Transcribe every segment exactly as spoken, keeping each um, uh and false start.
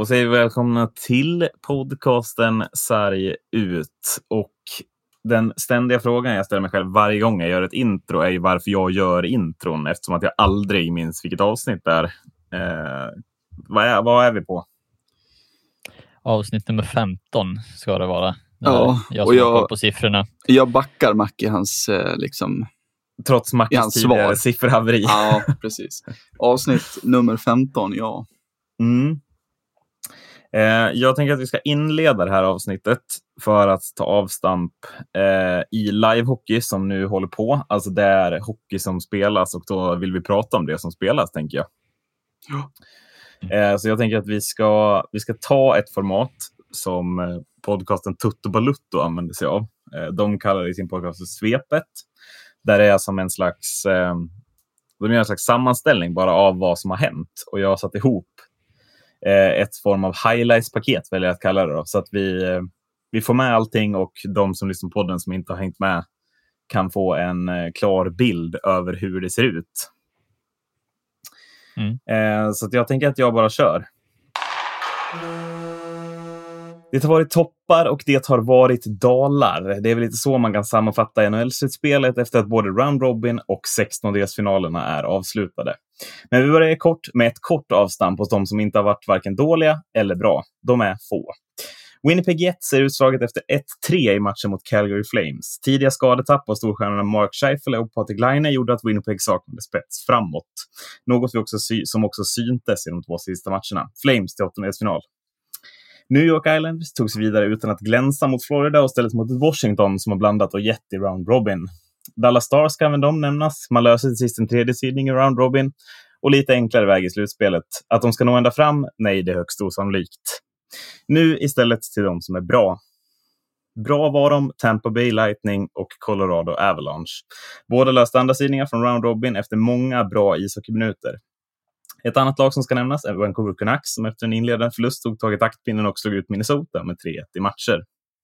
säger vi välkomna till podcasten Sarg ut. Och den ständiga frågan jag ställer mig själv varje gång jag gör ett intro är ju varför jag gör intron, eftersom att jag aldrig minns vilket avsnitt det är. Eh, vad, är vad är vi på? Avsnitt nummer femton ska det vara. Ja, jag och som jag, har koll på siffrorna. Jag backar Mac i hans eh, liksom... Trots Mackes tidigare sifferhaveri. Ja, precis. Avsnitt nummer femton, ja. Mm. Eh, jag tänker att vi ska inleda det här avsnittet för att ta avstamp eh, i livehockey som nu håller på. Alltså det är hockey som spelas och då vill vi prata om det som spelas, tänker jag. Ja. Eh, så jag tänker att vi ska, vi ska ta ett format som eh, podcasten Tutto Balutto använder sig av. Eh, de kallar det i sin podcast för Svepet. Där det är som en slags, eh, de gör en slags sammanställning bara av vad som har hänt. Och jag har satt ihop eh, ett form av highlights-paket, väljer jag att kalla det då. Så att vi, eh, vi får med allting och de som lyssnar på podden som inte har hängt med kan få en eh, klar bild över hur det ser ut. Mm. Eh, så att jag tänker att jag bara kör. Det har varit toppar och det har varit dalar. Det är väl lite så man kan sammanfatta N H L-slutspelet efter att både Round Robin och sextondelsfinalerna är avslutade. Men vi börjar kort med ett kort avstamp hos de som inte har varit varken dåliga eller bra. De är få. Winnipeg Jets är utslaget efter ett tre i matchen mot Calgary Flames. Tidiga skadetapp av storstjärnorna Mark Scheifele och Patrik Laine gjorde att Winnipeg saknade spets framåt. Något vi också sy- som också syntes i de två sista matcherna. Flames till åttondelsfinal. New York Islanders togs vidare utan att glänsa mot Florida och stället mot Washington som har blandat och gett i Round Robin. Dallas Stars kan även de nämnas. Man löser till sist en tredje sidning i Round Robin och lite enklare väg i slutspelet. Att de ska nå ända fram? Nej, det är högst osannolikt. Nu istället till de som är bra. Bra var de Tampa Bay Lightning och Colorado Avalanche. Båda löste andra sidningar från Round Robin efter många bra ishockeyminuter. Ett annat lag som ska nämnas är Vancouver Canucks som efter en inledande förlust tog tag i taktpinnen och slog ut Minnesota med tre ett i matcher.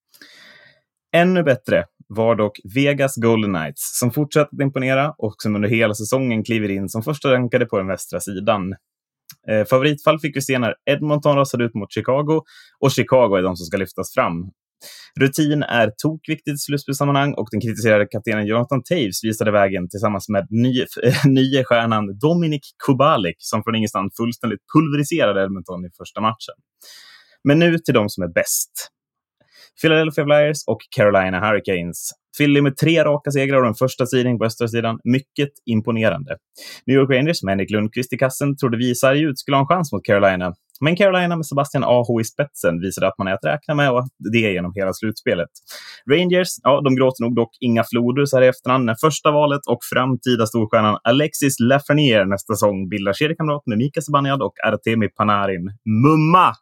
Ännu bättre var dock Vegas Golden Knights som fortsatte att imponera och som under hela säsongen kliver in som första rankade på den västra sidan. Eh, favoritfall fick vi se när Edmonton rasade ut mot Chicago och Chicago är de som ska lyftas fram. Rutin är tokviktigt i slutspelssammanhang och den kritiserade kaptenen Jonathan Toews visade vägen tillsammans med nye, nye stjärnan Dominik Kubalik som från ingenstans fullständigt pulveriserade Edmonton i första matchen. Men nu till de som är bäst. Philadelphia Flyers och Carolina Hurricanes. Philly med tre raka segrar och den första sidning på östra sidan. Mycket imponerande. New York Rangers med Henrik Lundqvist i kassen trodde vi i Sarg ut skulle ha en chans mot Carolina. Men Carolina med Sebastian Aho i spetsen visade att man är att räkna med och det genom hela slutspelet. Rangers, ja, de gråter nog dock inga floder så här i efterhand när första valet och framtida storstjärnan Alexis Lafreniere nästa säsong bildar kedjekamrat med Mika Zibanejad och Artemi Panarin. Mumma!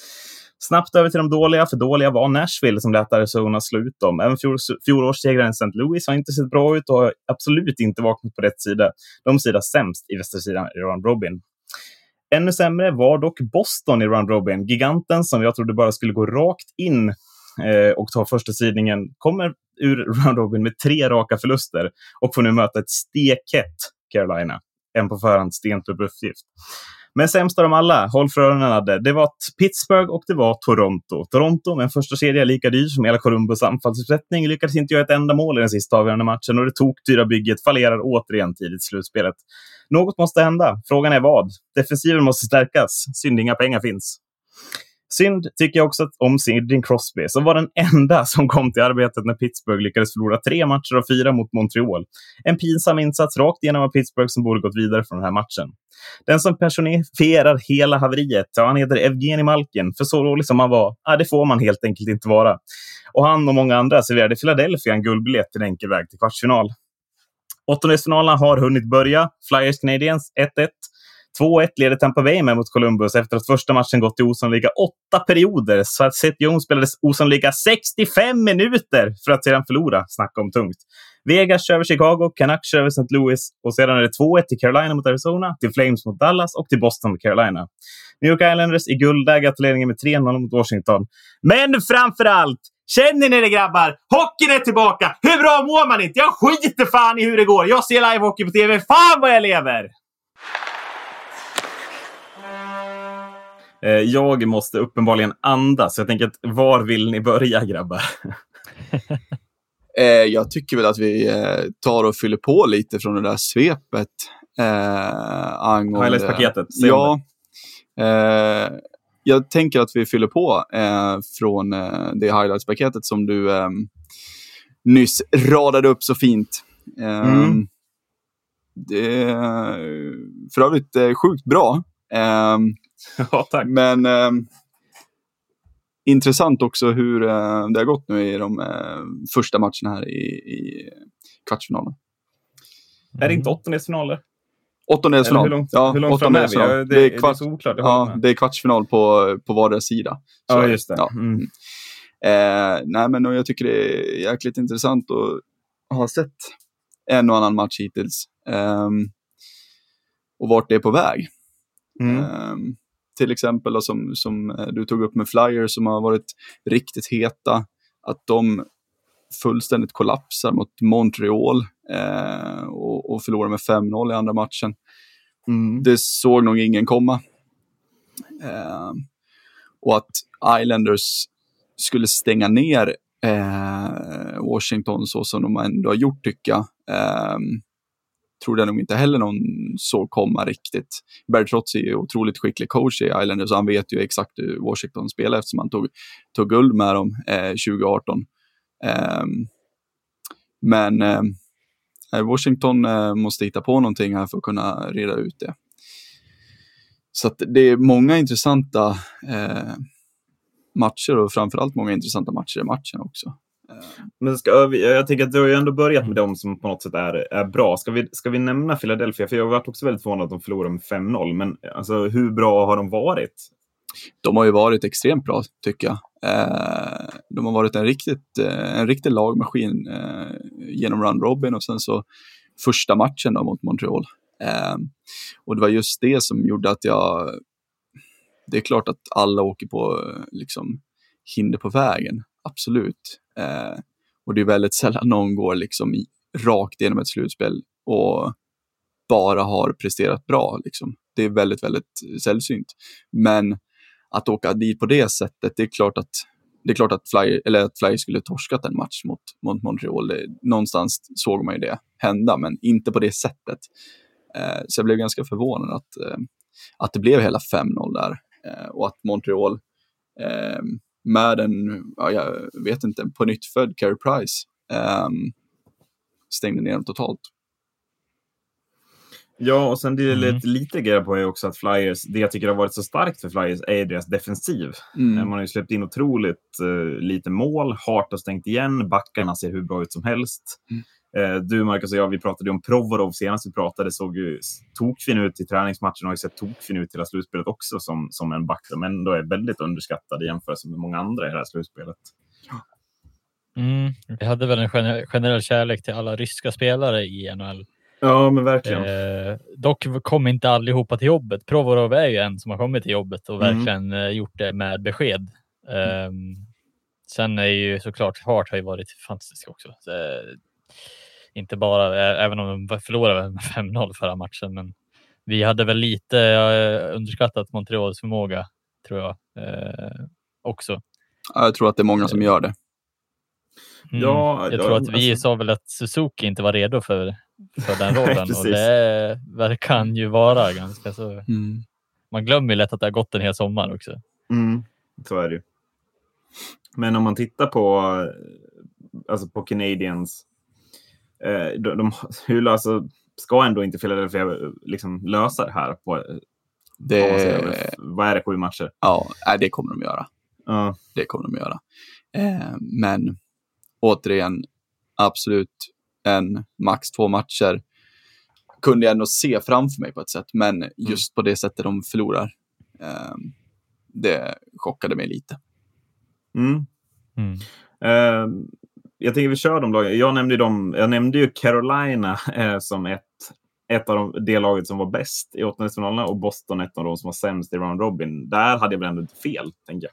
Snabbt över till de dåliga, för dåliga var Nashville som lät Arizona slå ut dem. Även fjol, fjolårssegraren Saint Louis har inte sett bra ut och har absolut inte vaknat på rätt sida. De sidar sämst i västra sidan i Round Robin. Ännu sämre var dock Boston i Round Robin. Giganten som jag trodde bara skulle gå rakt in eh, och ta första sidningen kommer ur Round Robin med tre raka förluster och får nu möta ett stekhet Carolina. En på förhand stentupp uppgift. Men sämst av dem alla, håll för öronen hade, det var Pittsburgh och det var Toronto. Toronto med en första serie lika dyr som hela Columbus anfallsuppsättning lyckades inte göra ett enda mål i den sista avgörande matchen och det tokdyra bygget fallerar återigen tidigt i slutspelet. Något måste hända, frågan är vad? Defensiven måste stärkas, synd inga pengar finns. Synd tycker jag också om Sidney Crosby som var den enda som kom till arbetet när Pittsburgh lyckades förlora tre matcher av fyra mot Montreal. En pinsam insats rakt igenom av Pittsburgh som borde gått vidare från den här matchen. Den som personifierar hela haveriet, ja, han heter Evgeni Malkin. För så dålig som han var, ja, det får man helt enkelt inte vara. Och han och många andra serverade Philadelphia en guldbiljett till en enkel väg till kvartsfinal. Åttondelsfinalerna har hunnit börja. Flyers Canadiens ett ett. två ett leder Tampa Bay med mot Columbus efter att första matchen gått i osannolika åtta perioder. Så att Seth Jones spelades osannolika sextiofem minuter för att sedan förlora. Snacka om tungt. Vegas kör över Chicago, Canucks kör över Saint Louis och sedan är det två ett till Carolina mot Arizona, till Flames mot Dallas och till Boston mot Carolina. New York Islanders i guldläge till ledningen med tre noll mot Washington. Men framförallt, känner ni det grabbar? Hockeyn är tillbaka! Hur bra mår man inte? Jag skiter fan i hur det går. Jag ser live-hockey på tv. Fan vad jag lever! Eh, jag måste uppenbarligen andas. Så jag tänker att var vill ni börja, grabbar? Eh, jag tycker väl att vi eh, tar och fyller på lite från det där svepet. Eh, angående... Highlights-paketet. Ja. Eh, jag tänker att vi fyller på eh, från eh, det highlights-paketet som du eh, nyss radade upp så fint. Eh, Mm. Det är för övrigt eh, sjukt bra. Eh, Ja, tack. men eh, intressant också hur eh, det har gått nu i de eh, första matcherna här i, i kvartsfinalen. Är det inte åttondelsfinaler? Åttondelsfinal. Hur långt, ja, hur långt fram är vi? Ja, det, det, är kvart, det är så oklart. ja, det är kvartsfinal på, på vardera sida. Så, ja, just det. Ja. Mm. Eh, nej, men jag tycker det är jäkligt intressant att ha sett en och annan match hittills. Eh, och vart det är på väg. Mm. Eh, till exempel då, som, som du tog upp med Flyers som har varit riktigt heta. Att de fullständigt kollapsar mot Montreal eh, och, och förlorar med fem noll i andra matchen. Mm. Det såg nog ingen komma. Eh, och att Islanders skulle stänga ner eh, Washington så som de ändå har gjort, tycker jag. Eh, tror jag nog inte heller någon såg komma riktigt. Bertrotzi är ju otroligt skicklig coach i Islanders, så han vet ju exakt hur Washington spelar eftersom han tog, tog guld med dem eh, tjugo arton. Eh, men eh, Washington eh, måste hitta på någonting här för att kunna reda ut det. Så att det är många intressanta eh, matcher och framförallt många intressanta matcher i matchen också. Men ska vi, jag tänker att du har ju ändå börjat med dem som på något sätt är, är bra. Ska vi, ska vi nämna Philadelphia? För jag har varit också väldigt förvånad att de förlorar med fem noll. Men alltså, hur bra har de varit? De har ju varit extremt bra, tycker jag. Eh, de har varit en riktigt eh, en riktig lagmaskin eh, genom round robin och sen så första matchen då mot Montreal. Eh, och det var just det som gjorde att jag... Det är klart att alla åker på liksom hinder på vägen, absolut. Eh, och det är väldigt sällan någon går liksom i, rakt genom ett slutspel och bara har presterat bra. Liksom. Det är väldigt, väldigt sällsynt. Men att åka dit på det sättet, det är klart att det är klart att Fly, eller att Fly skulle torskat en match mot, mot Montreal. Det, någonstans såg man ju det hända, men inte på det sättet. Eh, så jag blev ganska förvånad att, eh, att det blev hela fem noll där. Eh, och att Montreal eh, med en, ja, jag vet inte, på nytt född Carey Price eh, stängde ner dem totalt. Ja, och sen det är Mm. lite, lite grejer på är också att Flyers, det jag tycker har varit så starkt för Flyers är deras defensiv. Mm. Man har ju släppt in otroligt uh, lite mål, Hart har stängt igen, backarna ser hur bra ut som helst. Mm. Uh, du, Marcus och jag, vi pratade om Provorov senast vi pratade, såg ju tokfin ut i träningsmatchen och har ju sett tokfin ut i hela slutspelet också som, som en back, men ändå är väldigt underskattad i jämförelse med många andra i det här slutspelet. Mm. Vi hade väl en gener- generell kärlek till alla ryska spelare i N H L. Ja, men verkligen. Eh, dock kom inte allihopa till jobbet. Provorov är ju en som har kommit till jobbet och Mm. verkligen eh, gjort det med besked. Eh, sen är ju såklart Hart har ju varit fantastisk också. Så, eh, inte bara, eh, även om de förlorade med fem noll förra matchen, men vi hade väl lite eh, underskattat Montreals förmåga, tror jag, eh, också. Ja, jag tror att det är många som gör det. Mm. Ja, jag ja, tror att vi alltså... sa väl att Suzuki inte var redo för, för den rollen. Precis. Och det verkar ju vara ganska så. Mm. Man glömmer ju lätt att det har gått en hel sommar också. Mm, så är det ju. Men om man tittar på alltså på Canadiens eh, de, de hur alltså, ska ändå inte Philadelphia liksom lösa det här på Det... vad, man säger, vad är det, sju matcher? Ja, det kommer de göra. Ja. Det kommer de göra. Eh, men återigen, absolut en max två matcher kunde jag ändå se framför mig på ett sätt, men just mm. på det sättet de förlorar eh, det chockade mig lite. Mm. Mm. Eh, jag tänker vi kör de lagen. Jag nämnde ju dem, jag nämnde ju Carolina eh, som ett ett av de, det laget som var bäst i åttondelsfinalerna och Boston ett av de som var sämst i round robin. Där hade jag väl ändå inte fel, tänker jag.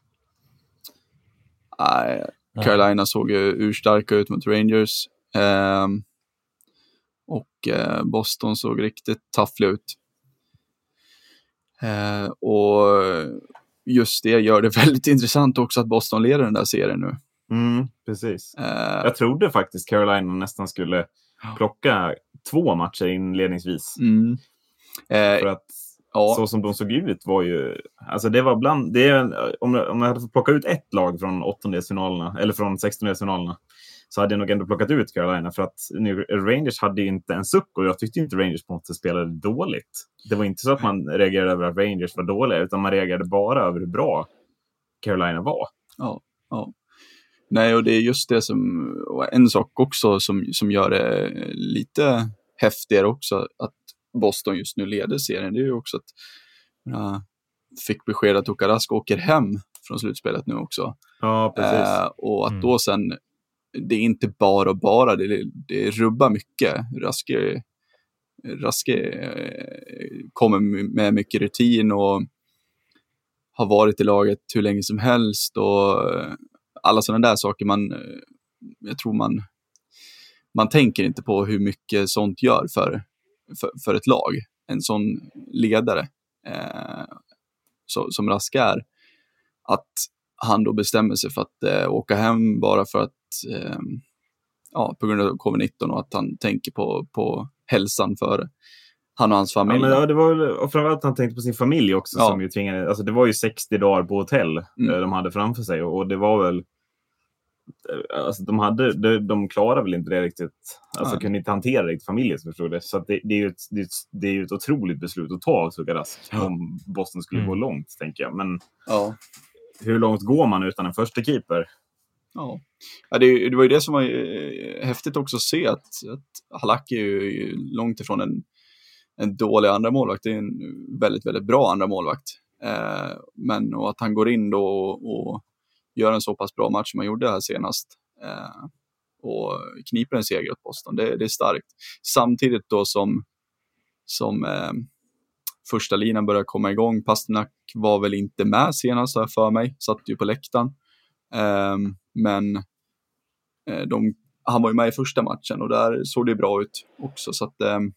Nej, Carolina såg ju urstarka ut mot Rangers. Eh, och eh, Boston såg riktigt tafflig ut. Eh, och just det gör det väldigt intressant också att Boston leder den där serien nu. Mm, precis. Uh, jag trodde faktiskt Carolina nästan skulle plocka två matcher inledningsvis. Mm. Uh, För att ja. så som de såg ut var ju, alltså det var bland, det är, om, om jag hade fått plocka ut ett lag från åttondelsfinalerna eller från sextondelsfinalerna så hade jag nog ändå plockat ut Carolina, för att nu, Rangers hade ju inte en suck, och jag tyckte inte Rangers på något sätt spelade dåligt. Det var inte så att man reagerade över att Rangers var dåliga, utan man reagerade bara över hur bra Carolina var. Ja, ja. Nej, och det är just det som, och en sak också som, som gör det lite häftigare också, att Boston just nu leder serien, det är ju också att jag fick besked att Tuukka Rask åker hem från slutspelet nu också. Ja, precis. Eh, och att Mm. då sen, det är inte bara och bara, det, det rubbar mycket. Raske, Raske eh, kommer med mycket rutin och har varit i laget hur länge som helst, och eh, alla sådana där saker man, eh, jag tror man man tänker inte på hur mycket sånt gör för, för, för ett lag. En sån ledare eh, så, som Rask är, att han då bestämmer sig för att eh, åka hem bara för att eh, ja, på grund av covid nitton, och att han tänker på, på hälsan för han och hans familj. Ja, men, ja, det var väl, och framförallt han tänkte på sin familj också, ja. som ju tvingade, alltså det var ju sextio dagar på hotell mm. de hade framför sig, och, och det var väl alltså de hade de, de klarade väl inte det riktigt, alltså ja. kunde inte hantera riktigt familjen, som förstod det, så att det, det är ju ett, det, är, det är ju ett otroligt beslut att ta av Tuukka Rask ja. om Boston skulle mm. gå långt, tänker jag, men ja. hur långt går man utan en första keeper? Ja, ja det, det var ju det som var eh, häftigt också att se, att, att Halak är ju, ju långt ifrån en, en dålig andra målvakt. Det är en väldigt, väldigt bra andra målvakt. Eh, men och att han går in då och, och gör en så pass bra match som han gjorde här senast. Eh, och kniper en seger åt Boston. Det, det är starkt. Samtidigt då som, som eh, första linan börjar komma igång. Pasternak var väl inte med senast här för mig. Satt ju på läktaren. Um, men uh, de, han var ju med i första matchen, och där såg det bra ut också, så att, um,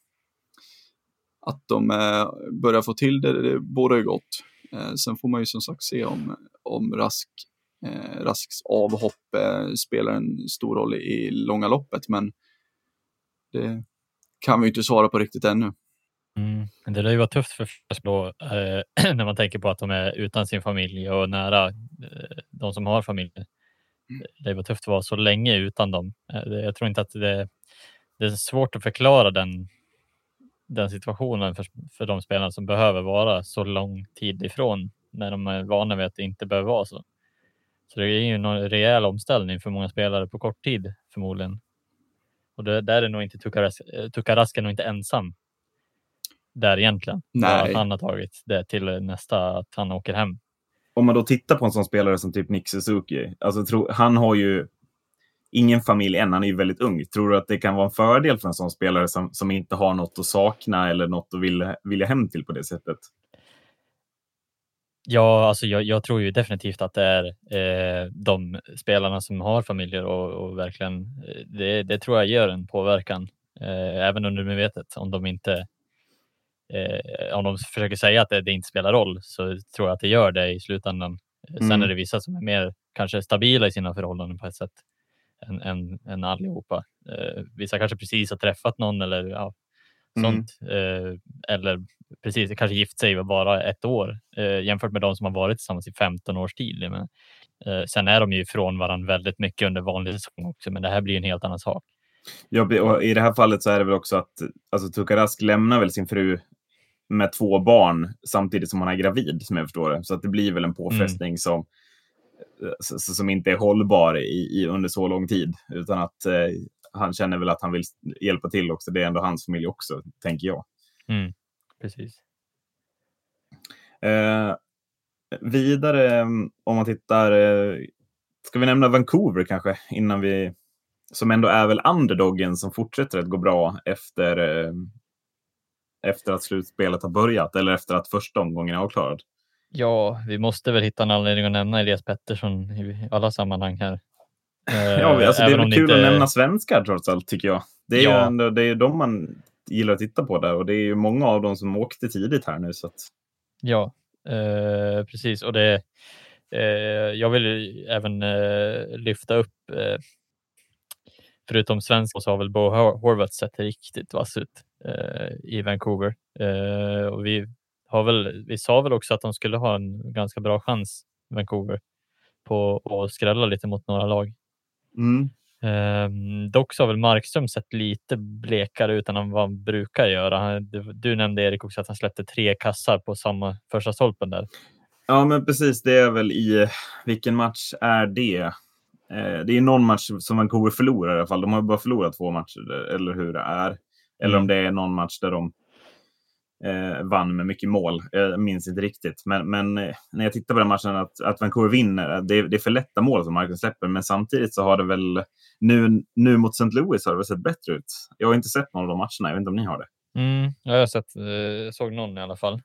att de uh, börjar få till det, det borde ju gott. Uh, sen får man ju som sagt se om, om Rask, uh, Rasks avhopp uh, spelar en stor roll i, i långa loppet, men det kan vi ju inte svara på riktigt ännu. Mm. Det lär ju vara tufft för Färjestad eh, när man tänker på att de är utan sin familj och nära eh, de som har familj. Mm. Det var tufft att vara så länge utan dem. Eh, jag tror inte att det, det är svårt att förklara den, den situationen för, för de spelarna som behöver vara så lång tid ifrån, när de är vana vid att det inte behöver vara så. Så det är ju en rejäl omställning för många spelare på kort tid förmodligen. Och det, där är nog inte Tuukka Rask är nog inte ensam där egentligen. Nej. Att han har tagit det till nästa, att han åker hem. Om man då tittar på en sån spelare som typ Nick Suzuki, alltså tro, han har ju ingen familj än, han är ju väldigt ung. Tror du att det kan vara en fördel för en sån spelare som, som inte har något att sakna eller något att vilja, vilja hem till på det sättet? Ja, alltså jag, jag tror ju definitivt att det är eh, de spelarna som har familjer och, och verkligen, det, det tror jag gör en påverkan eh, även under medvetet. Om de inte Eh, om de försöker säga att det, det inte spelar roll, så tror jag att det gör det i slutändan. Mm. Sen är det vissa som är mer kanske stabila i sina förhållanden på ett sätt än, än, än allihopa. Eh, vissa kanske precis har träffat någon eller ja, mm. sånt. Eh, eller precis kanske gift sig bara ett år eh, jämfört med de som har varit tillsammans i femton års tid. Men, eh, sen är de ju ifrån varandra väldigt mycket under vanlig säsong också, men det här blir en helt annan sak. Ja, och i det här fallet så är det väl också att alltså, Tuukka Rask lämnar väl sin fru med två barn samtidigt som han är gravid, som jag förstår det. Så att det blir väl en påfrestning mm. som, som inte är hållbar i, i under så lång tid. Utan att eh, han känner väl att han vill hjälpa till också. Det är ändå hans familj också, tänker jag. Mm. Precis. Eh, vidare, om man tittar... Eh, ska vi nämna Vancouver kanske, innan vi... Som ändå är väl underdoggen som fortsätter att gå bra efter... Eh, efter att slutspelet har börjat, eller efter att första omgången är avklarad. Ja, vi måste väl hitta en anledning att nämna Elias Pettersson i alla sammanhang här. Ja, alltså det är väl kul inte... att nämna svenskar trots allt, tycker jag. Det är ja. ju ändå, det är de man gillar att titta på där, och det är ju många av dem som åkte tidigt här nu. Så att... Ja, Eh, precis, och det eh, jag vill även eh, lyfta upp eh, förutom svenska så har väl Bo Horvath sett riktigt vass ut eh, i Vancouver. Eh, och vi har väl, vi sa väl också att de skulle ha en ganska bra chans, Vancouver, på att skrälla lite mot några lag. Mm. Eh, dock så har väl Markström sett lite blekare ut än vad han brukar göra. Han, du, du nämnde, Erik, också att han släppte tre kassar på samma första stolpen där. Ja, men precis. Det är väl i... Vilken match är det? Eh, det är någon match som Vancouver förlorar i alla fall. De har bara förlorat två matcher, eller hur det är. Eller Mm. om det är någon match där de eh, vann med mycket mål. Jag minns inte riktigt. Men, men eh, när jag tittar på den matchen att, att Vancouver vinner, det, det är för lätta mål som Markström släpper. Men samtidigt så har det väl... Nu, nu mot Saint Louis har det väl sett bättre ut. Jag har inte sett någon av de matcherna. Jag vet inte om ni har det. Mm, jag har sett, eh, såg någon i alla fall.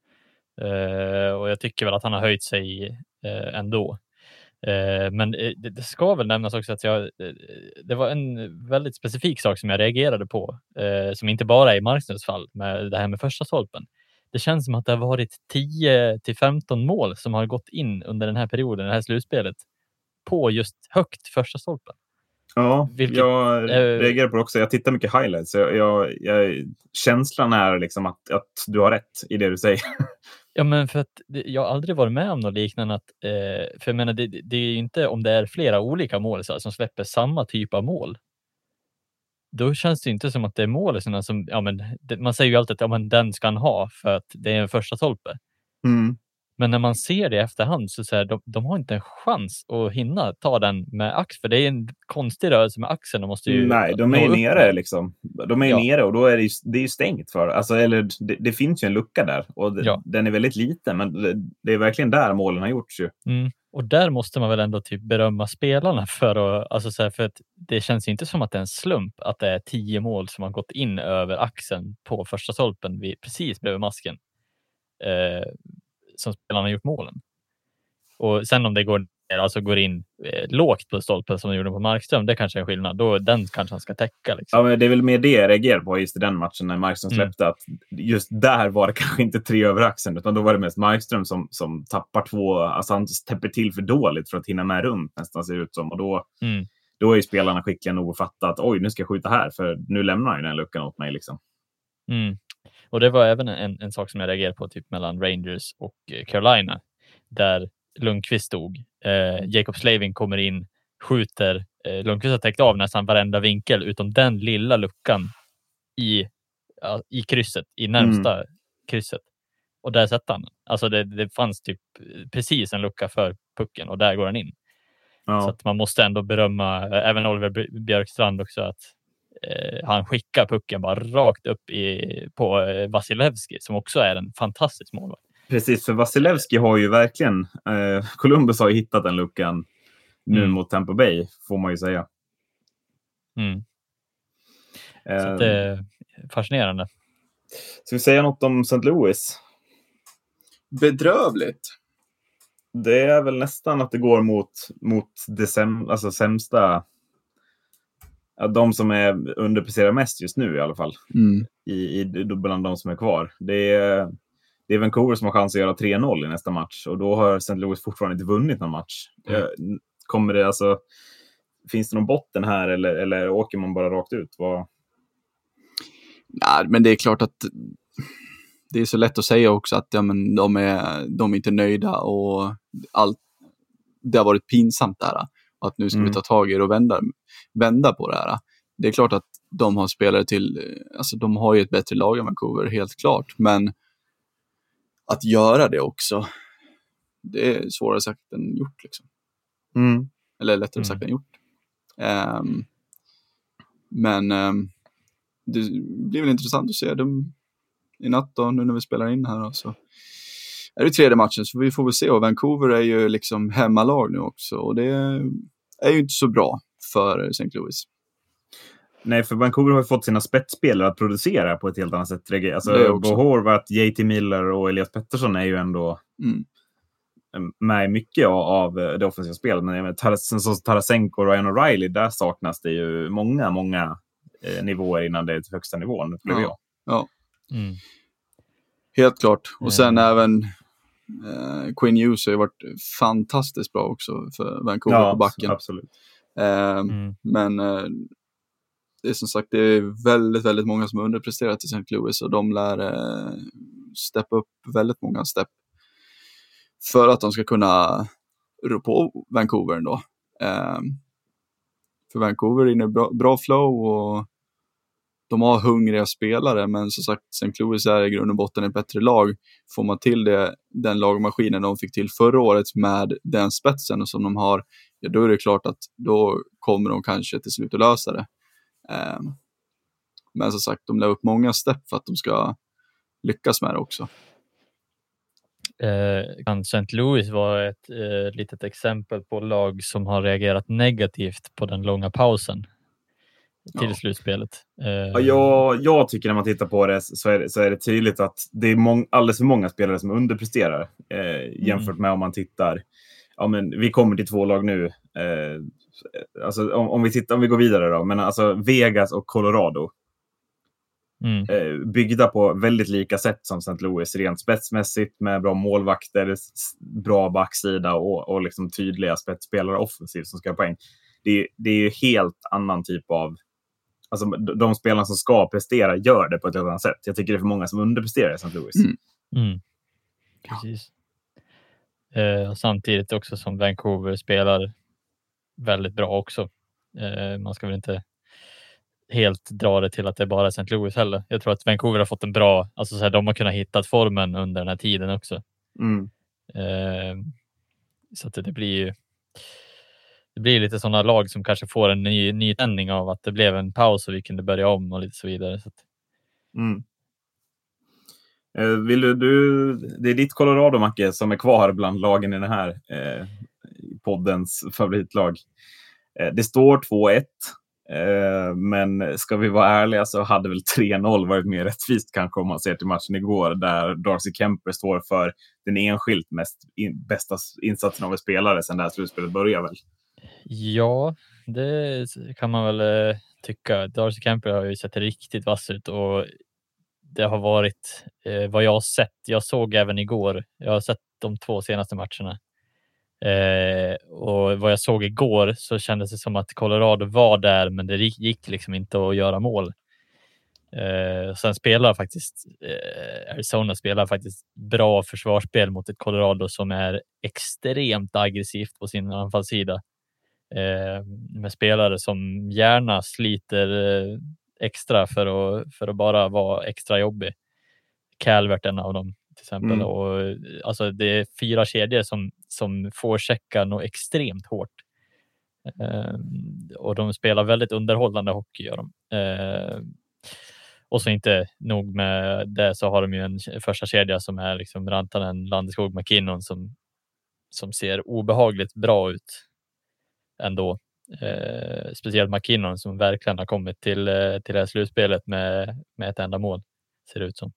Eh, och jag tycker väl att han har höjt sig eh, ändå. Eh, men eh, det, det ska väl nämnas också att jag, eh, det var en väldigt specifik sak som jag reagerade på, eh, som inte bara är i Markströms fall, med det här med första stolpen. Det känns som att det har varit tio till femton mål som har gått in under den här perioden, det här slutspelet, på just högt första stolpen. Ja, Vilket, jag äh, reagerar på det också. Jag tittar mycket highlights. Jag, jag, jag, känslan är liksom att, att du har rätt i det du säger. Ja, men för att jag har aldrig varit med om något liknande. Att, eh, för jag menar, det, det är ju inte om det är flera olika mål så här, som släpper samma typ av mål. Då känns det inte som att det är målen som, ja men det, man säger ju alltid att ja, men den ska han ha för att det är en första stolpe. Mm. Men när man ser det i efterhand så, så här, de, de har inte en chans att hinna ta den med axeln. För det är en konstig rörelse med axeln. De måste ju Nej, de är ju nere liksom. De är ju ja. nere och då är det ju, det är ju stängt för. Alltså, eller det, det finns ju en lucka där. Och det, Ja. den är väldigt liten. Men det, det är verkligen där målen har gjorts ju. Mm. Och där måste man väl ändå typ berömma spelarna för att, alltså så här, för att det känns inte som att det är en slump att det är tio mål som har gått in över axeln på första stolpen vid, precis bredvid masken. Eh, som spelarna har gjort målen. Och sen om det går alltså går in eh, lågt på stolpen som de gjorde på Markström, det kanske är en skillnad. Då den kanske han ska täcka. Liksom. Ja, men det är väl mer det jag reagerar på just i den matchen när Markström släppte. Mm. Att just där var det kanske inte tre över axeln, utan då var det mest Markström som, som tappar två. Alltså han täpper till för dåligt för att hinna med runt nästan ser det ut som. Och då, mm. då är ju spelarna skickliga nog att fatta att oj, nu ska jag skjuta här för nu lämnar ju den luckan åt mig liksom. Mm. Och det var även en, en sak som jag reagerade på typ mellan Rangers och Carolina. Där Lundqvist stod. Eh, Jacob Slavin kommer in, skjuter. Eh, Lundqvist har täckt av nästan varenda vinkel utom den lilla luckan i, ja, i krysset, i närmsta mm. krysset. Och där sätter han. Alltså det, det fanns typ precis en lucka för pucken och där går han in. Ja. Så att man måste ändå berömma även Oliver Björkstrand också att eh, han skickar pucken bara rakt upp i, på eh, Vasilevski som också är en fantastisk målvakt. Precis, för Vasilevski har ju verkligen eh, Columbus har ju hittat den luckan nu mm. mot Tampa Bay, får man ju säga. Mm. Eh, Så det är fascinerande. Ska vi säga något om Saint Louis? Bedrövligt. Det är väl nästan att det går mot, mot det säm, alltså sämsta, ja, de som är underpresterar mest just nu i alla fall. Mm. I, i, bland de som är kvar. Det är Det är Vancouver som har chans att göra tre noll i nästa match. Och då har Saint Louis fortfarande inte vunnit någon match. Mm. Kommer det alltså... Finns det någon botten här eller, eller åker man bara rakt ut? Vad... Ja, men det är klart att det är så lätt att säga också att ja, men de, är, de är inte nöjda och allt, det har varit pinsamt där. Och att nu ska mm. vi ta tag i det och vända, vända på det här. Det är klart att de har spelare till... Alltså de har ju ett bättre lag än Vancouver, helt klart. Men att göra det också, det är svårare sagt än gjort liksom. Mm. Eller lättare mm. sagt än gjort. Um, men um, det blir väl intressant att se dem i natt då, nu när vi spelar in här. Så är det tredje matchen, så vi får väl se. Och Vancouver är ju liksom hemmalag nu också. Och det är ju inte så bra för Saint Louis. Nej, för Vancouver har ju fått sina spetsspelare att producera på ett helt annat sätt. Alltså, Bo Horvath, J T Miller och Elias Pettersson är ju ändå mm. med mycket av det offensiva spelet. Men med Tarasenko och Ryan O'Reilly, där saknas det ju många, många eh, nivåer innan det är till högsta nivån, upplever ja. jag. Ja, mm. Helt klart. Och sen mm. även Eh, Quinn Hughes har ju varit fantastiskt bra också för Vancouver Ja, på backen. absolut. Eh, Mm. Men eh, det är som sagt, det är väldigt, väldigt många som har underpresterat i Saint Louis och de lär eh, steppa upp väldigt många stepp för att de ska kunna rå på Vancouver ändå. Eh, för Vancouver är inne i bra, bra flow och de har hungriga spelare, men som sagt Saint Louis är i grund och botten ett bättre lag. Får man till det, den lagmaskinen de fick till förra året med den spetsen som de har, ja, då är det klart att då kommer de kanske till slut att lösa det. Eh, men som sagt, de lär upp många stepp för att de ska lyckas med det också. Eh, kan Saint Louis vara ett eh, litet exempel på lag som har reagerat negativt på den långa pausen till Ja. slutspelet? Eh, Ja, jag, jag tycker när man tittar på det så är det, så är det tydligt att det är mång, alldeles för många spelare som underpresterar eh, jämfört med om man tittar. Ja, men vi kommer till två lag nu. Eh, alltså om, om vi tittar, om vi går vidare då, men alltså Vegas och Colorado. Mm. Eh, byggda på väldigt lika sätt som Saint Louis, rent spetsmässigt med bra målvakter, bra backsida och, och liksom tydliga spetsspelare offensivt som ska ha poäng. Det, det är ju helt annan typ av, alltså de, de spelarna som ska prestera gör det på ett annat sätt. Jag tycker det är för många som underpresterar i Saint Louis. Mm. Mm. Precis. Eh, och samtidigt också som Vancouver spelar väldigt bra också. Eh, man ska väl inte helt dra det till att det är bara Saint Louis heller. Jag tror att Vancouver har fått en bra, alltså så här, de har kunnat hitta formen under den här tiden också. Mm. Eh, så att det, det blir ju det blir lite sådana lag som kanske får en ny nytändning av att det blev en paus och vi kunde börja om och lite så vidare. Så att... Mm. Eh, vill du, du, det är ditt Colorado, Macke, som är kvar bland lagen i den här eh, poddens favoritlag. Eh, det står två ett. Eh, men ska vi vara ärliga så hade väl tre noll varit mer rättvist kanske om man ser till matchen igår där Darcy Kemper står för den enskilt mest in, bästa insatsen av en spelare sedan det här slutspelet börjar väl. Ja, det kan man väl eh, tycka. Darcy Kemper har ju sett riktigt vass ut och det har varit eh, vad jag har sett. Jag såg även igår. Jag har sett de två senaste matcherna. Eh, och vad jag såg igår så kändes det som att Colorado var där, men det gick liksom inte att göra mål. Eh, sen spelar faktiskt eh, Arizona spelar faktiskt bra försvarsspel mot ett Colorado som är extremt aggressivt på sin anfallssida. Eh, med spelare som gärna sliter eh, extra för att, för att bara vara extra jobbig. Calvert en av dem till exempel. Mm. Och, alltså, det är fyra kedjor som, som får checka något extremt hårt. Eh, och de spelar väldigt underhållande hockey. Gör de. Eh, och så inte nog med det så har de ju en första kedja som är liksom Rantanen, Landeskog, McKinnon som, som ser obehagligt bra ut ändå. Eh, speciellt McKinnon som verkligen har kommit till, eh, till det här slutspelet med, med ett enda mål, ser det ut som.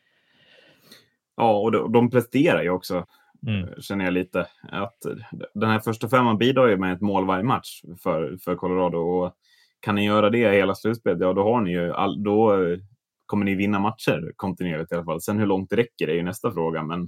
Ja, och de, de presterar ju också, Mm. känner jag lite. Att den här första femman bidrar ju med ett mål varje match för, för Colorado. Och kan ni göra det hela slutspelet, ja då har ni ju all, då kommer ni vinna matcher kontinuerligt i alla fall. Sen hur långt det räcker är ju nästa fråga, men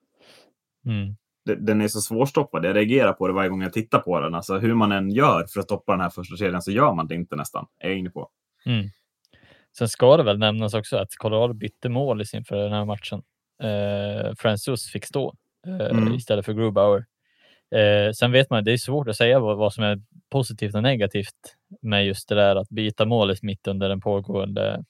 Mm. den är så svårstoppad. Jag reagerar på det varje gång jag tittar på den. Alltså hur man än gör för att stoppa den här första kedjan så gör man det inte nästan. Är jag inne på. Mm. Sen ska det väl nämnas också att Colorado bytte mål i sin för den här matchen. Eh, Francis fick stå eh, Mm. istället för Grubauer. Eh, sen vet man, det är svårt att säga vad, vad som är positivt och negativt med just det där att byta mål mitt under den pågående.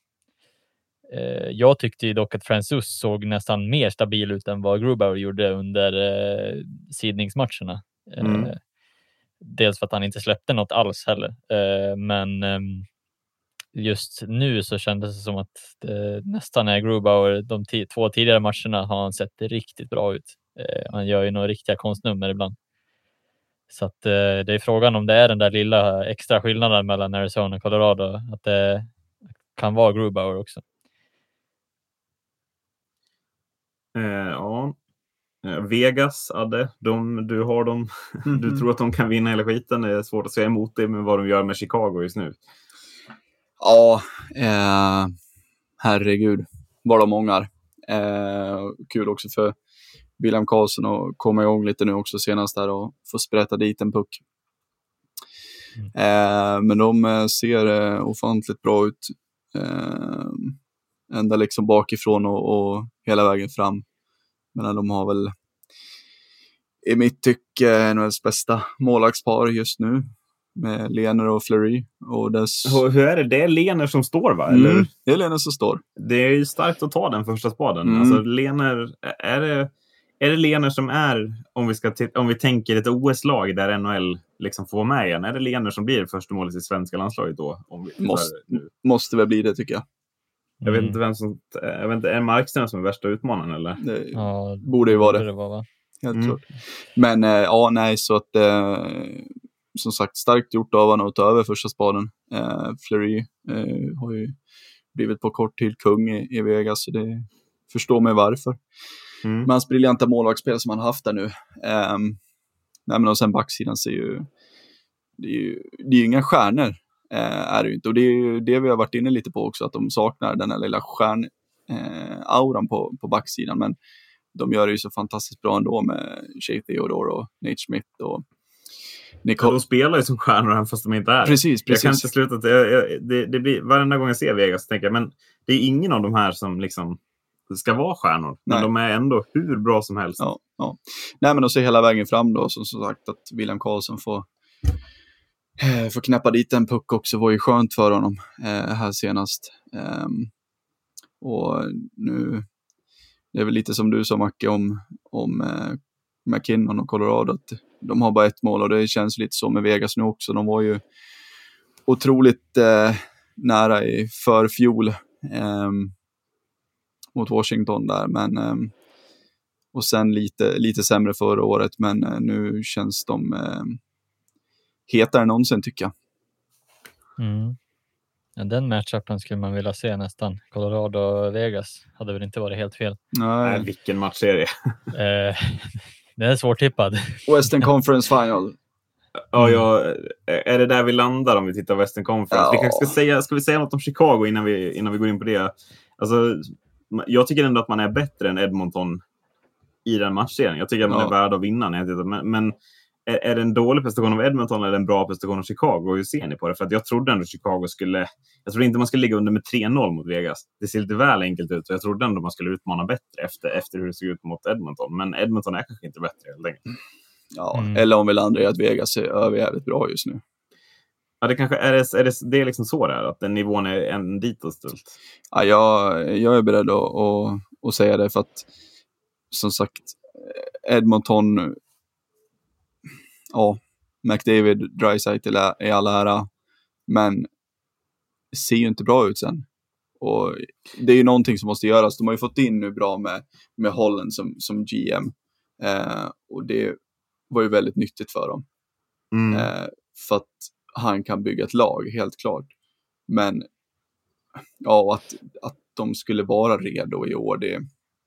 Eh, jag tyckte ju dock att Francis såg nästan mer stabil ut än vad Grubauer gjorde under eh, sidningsmatcherna. Eh, Mm. Dels för att han inte släppte något alls heller. Eh, men eh, just nu så kändes det som att det nästan är Grubauer. De t- två tidigare matcherna har han sett riktigt bra ut. Eh, han gör ju några riktiga konstnummer ibland. Så att eh, det är frågan om det är den där lilla extra skillnaden mellan Arizona och Colorado. Att det kan vara Grubauer också. Eh, ja. Eh, Vegas, Adde, de, du har dem. Mm-hmm. Du tror att de kan vinna hela skiten. Det är svårt att säga emot det med vad de gör med Chicago just nu. Ja, eh, herregud vad de mångar. Eh, kul också för William Karlsson att komma igång lite nu också senast där och få sprätta dit en puck. Mm. Eh, men de ser eh, ofantligt bra ut. Eh, ända liksom bakifrån och, och hela vägen fram. Men de har väl i mitt tycke en av deras bästa målvaktspar just nu. Med Lehner och Fleury. Och dess... Hur är det? Det är Lehner som står, va? Mm, eller? det är Lehner som står. Det är ju starkt att ta den första spaden. Mm. Alltså Lehner, är det, är det Lehner som är, om vi, ska t- om vi tänker ett O S-lag där N H L liksom får med igen, är det Lehner som blir första målet i svenska landslaget då? Om vi måste, måste väl bli det, tycker jag. Jag vet inte vem som, jag vet inte, är Markström som är värsta utmanaren, eller? Det ja, borde ju vara det. det var, va? Helt Mm. klart. Men eh, ja, nej, så att eh, som sagt, starkt gjort av honom att ta över första spaden. Eh, Fleury eh, har ju blivit på kort tid kung i, i Vegas, så det förstår mig varför. Mm. Men hans briljanta målvaktsspel som han haft där nu. Eh, nej, men och sen backsidan ser ju, det är ju, det är ju inga stjärnor. Eh, är det ju inte. Och det är ju det vi har varit inne lite på också, att de saknar den här lilla stjärn-auran eh, på, på backsidan. Men de gör det ju så fantastiskt bra ändå med Shea Theodore och Nate Schmidt och Nicole. Ja, de spelar ju som stjärnor även fast de inte är. Precis, precis. Jag kan inte sluta att jag, jag, det, det blir, varenda gång jag ser Vegas så tänker jag, men det är ingen av de här som liksom ska vara stjärnor. Men Nej. De är ändå hur bra som helst. Ja, ja. Nej, men de ser hela vägen fram då, som, som sagt, att William Karlsson får eh, får knäppa dit en puck också, var ju skönt för honom eh, här senast. Eh, och nu det är väl lite som du sa, Macke, om, om eh, McKinnon och Colorado, att de har bara ett mål, och det känns lite så med Vegas nu också. De var ju otroligt eh, nära i förfjol eh, mot Washington där, men eh, och sen lite, lite sämre förra året, men eh, nu känns de eh, hetare än någonsin, tycker jag. Mm. Ja, den matchupen skulle man vilja se nästan. Colorado och Vegas hade väl inte varit helt fel. Nej, Nej, vilken match är det? eh, den är svårtippad. Western Conference Final. Ja, ja, är det där vi landar om vi tittar på Western Conference? Ja. Vi kanske ska säga, ska vi säga något om Chicago innan vi, innan vi går in på det? Alltså, jag tycker ändå att man är bättre än Edmonton i den matchen. Jag tycker att man ja. är värd att vinna när jag tittar. Men, men är, är det en dålig prestation av Edmonton eller en bra prestation av Chicago? Hur ser ni på det? För att jag trodde ändå Chicago skulle... Jag trodde inte man skulle ligga under med tre noll mot Vegas. Det ser lite väl enkelt ut. Och jag trodde ändå man skulle utmana bättre efter, efter hur det såg ut mot Edmonton. Men Edmonton är kanske inte bättre helt enkelt. Ja, mm. eller om vi landar i att Vegas är överjävligt bra just nu. Ja, det kanske är det, är det, det är liksom så där, att den nivån är en ditåt. Ja, jag, jag är beredd att, att, att säga det, för att som sagt, Edmonton, ja, McDavid, Draisaitl är alla ära, men det ser ju inte bra ut sen. Och det är ju någonting som måste göras. De har ju fått in nu bra med, med Holland som, som G M. Eh, och det var ju väldigt nyttigt för dem. Mm. Eh, för att han kan bygga ett lag, helt klart. Men ja, att, att de skulle vara redo i år, det...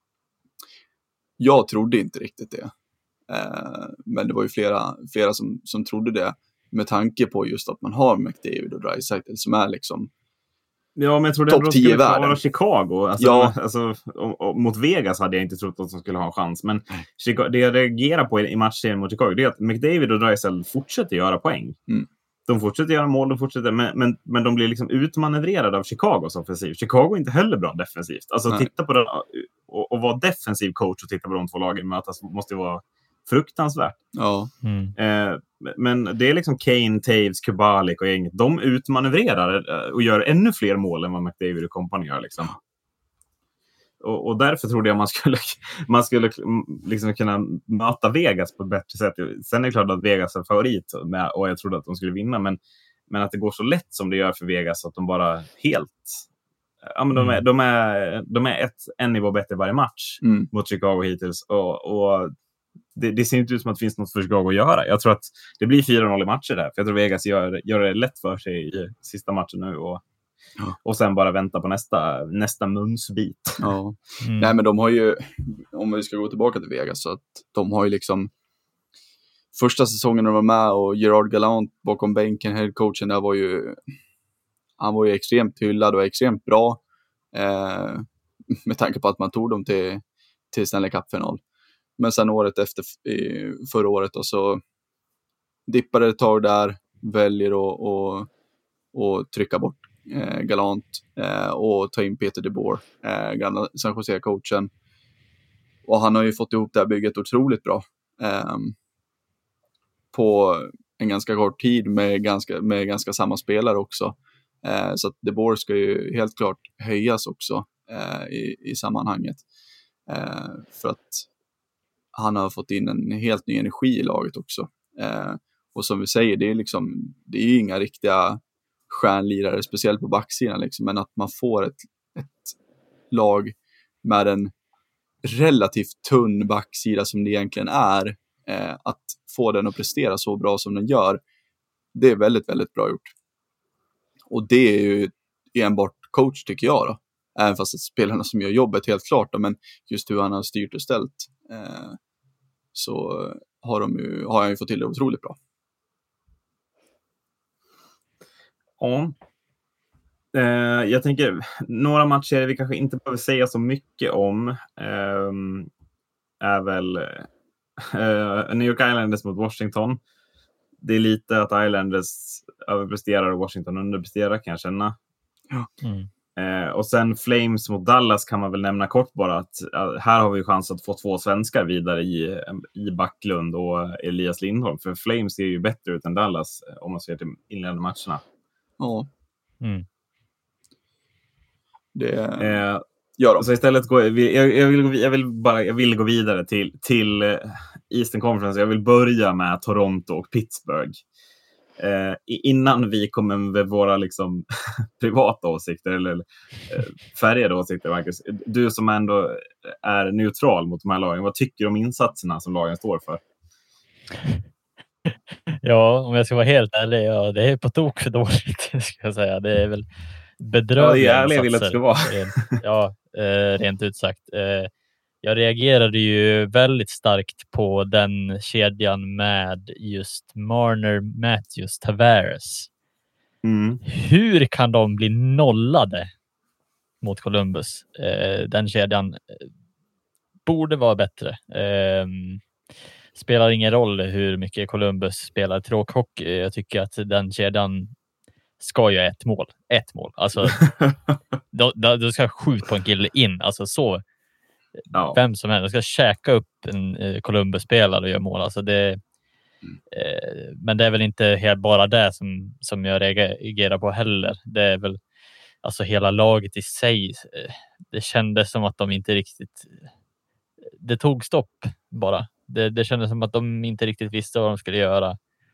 Jag trodde inte riktigt det. Eh, men det var ju flera, flera som, som trodde det, med tanke på just att man har McDavid och Draisaitl som är liksom ja, men jag trodde topp tio i världen. Klara Chicago. Alltså, ja. alltså, och, och, mot Vegas hade jag inte trott att de skulle ha en chans. Men Chicago, det jag reagerar på i, i matchen mot Chicago, det är att McDavid och Draisaitl fortsätter göra poäng. Mm. De fortsätter göra mål, de fortsätter, men, men, men de blir liksom utmanövrerade av Chicagos offensiv. Chicago är inte heller bra defensivt. Alltså Nej. titta på det, och, och vara defensiv coach och titta på de två lagen mötas måste ju vara fruktansvärt. Ja. Mm. Eh, men det är liksom Kane, Taves, Kubalik och gänget. De utmanövrerar och gör ännu fler mål än vad McDavid och kompani gör liksom. Och, och därför trodde jag man skulle man skulle liksom kunna möta Vegas på ett bättre sätt. Sen är det klart att Vegas är favorit med, och jag trodde att de skulle vinna, men, men att det går så lätt som det gör för Vegas, att de bara helt ja, men de är, de är, de är ett, en nivå bättre varje match mm. mot Chicago hittills, och, och det, det ser inte ut som att det finns något för Chicago att göra. Jag tror att det blir fyra noll i matcher där, för jag tror Vegas gör, gör det lätt för sig i sista matchen nu, och Ja. Och sen bara vänta på nästa, nästa munsbit. Ja. Mm. Nej, men de har ju, om vi ska gå tillbaka till Vegas, så att de har ju liksom första säsongen när de var med, och Gerard Gallant bakom bänken, headcoachen där, var ju han var ju extremt hyllad och extremt bra eh, med tanke på att man tog dem till, till Stanley Cup-final. men sen året efter i, förra året och så dippade ett tag där, väljer att och, och trycka bort eh, Galant eh, och ta in Peter DeBoer, eh, gamla San Jose-coachen. Och han har ju fått ihop det här bygget otroligt bra. Eh, på en ganska kort tid med ganska, med ganska samma spelare också. Eh, så att DeBoer ska ju helt klart höjas också eh, i, i sammanhanget. Eh, för att han har fått in en helt ny energi i laget också. Eh, och som vi säger, det är liksom det är inga riktiga stjärnlirare, speciellt på backsidan liksom, men att man får ett, ett lag med en relativt tunn backsida som det egentligen är, eh, att få den att prestera så bra som den gör, det är väldigt, väldigt bra gjort. Och det är ju enbart coach tycker jag då, även fast det är spelarna som gör jobbet helt klart då, men just hur han har styrt och ställt eh, så har, de ju, har han ju fått till det otroligt bra. Ja. Eh, jag tänker, några matcher vi kanske inte behöver säga så mycket om eh, är väl eh, New York Islanders mot Washington. Det är lite att Islanders överpresterar och Washington underpresterar, kan jag känna. Ja. Mm. Eh, och sen Flames mot Dallas kan man väl nämna kort bara att uh, här har vi chans att få två svenskar vidare i, i Backlund och Elias Lindholm. För Flames ser ju bättre ut än Dallas om man ser till inledande matcherna. Ja. Mm. Det eh, gör de. Så istället går jag, jag, jag, vill, jag, vill bara, jag vill gå vidare till, till Eastern Conference. Jag vill börja med Toronto och Pittsburgh. Eh, innan vi kommer med våra liksom, privata åsikter eller eh, färgade åsikter, Marcus. Du som ändå är neutral mot de här lagen, vad tycker du om insatserna som lagen står för? Ja, om jag ska vara helt ärlig, ja, det är på tok för dåligt, ska jag säga. Det är väl bedrövliga ja, det är ärlig, insatser. Jag vill att det ska vara. Ja, eh, rent ut sagt. Eh, jag reagerade ju väldigt starkt på den kedjan med just Marner, Matthews, Tavares. Mm. Hur kan de bli nollade mot Columbus? Eh, den kedjan borde vara bättre. Eh, spelar ingen roll hur mycket Columbus spelar tråkhockey. Jag tycker att den kedjan ska göra ett mål. Ett mål. Alltså, då, då, då ska jag skjuta på en kille in. Alltså så. Ja. Vem som helst. Jag ska käka upp en eh, Columbus-spelare och göra mål. Alltså det, eh, men det är väl inte helt bara det som, som jag reagerar på heller. Det är väl alltså hela laget i sig. Eh, det kändes som att de inte riktigt... Det tog stopp bara. Det, det kändes som att de inte riktigt visste vad de skulle göra.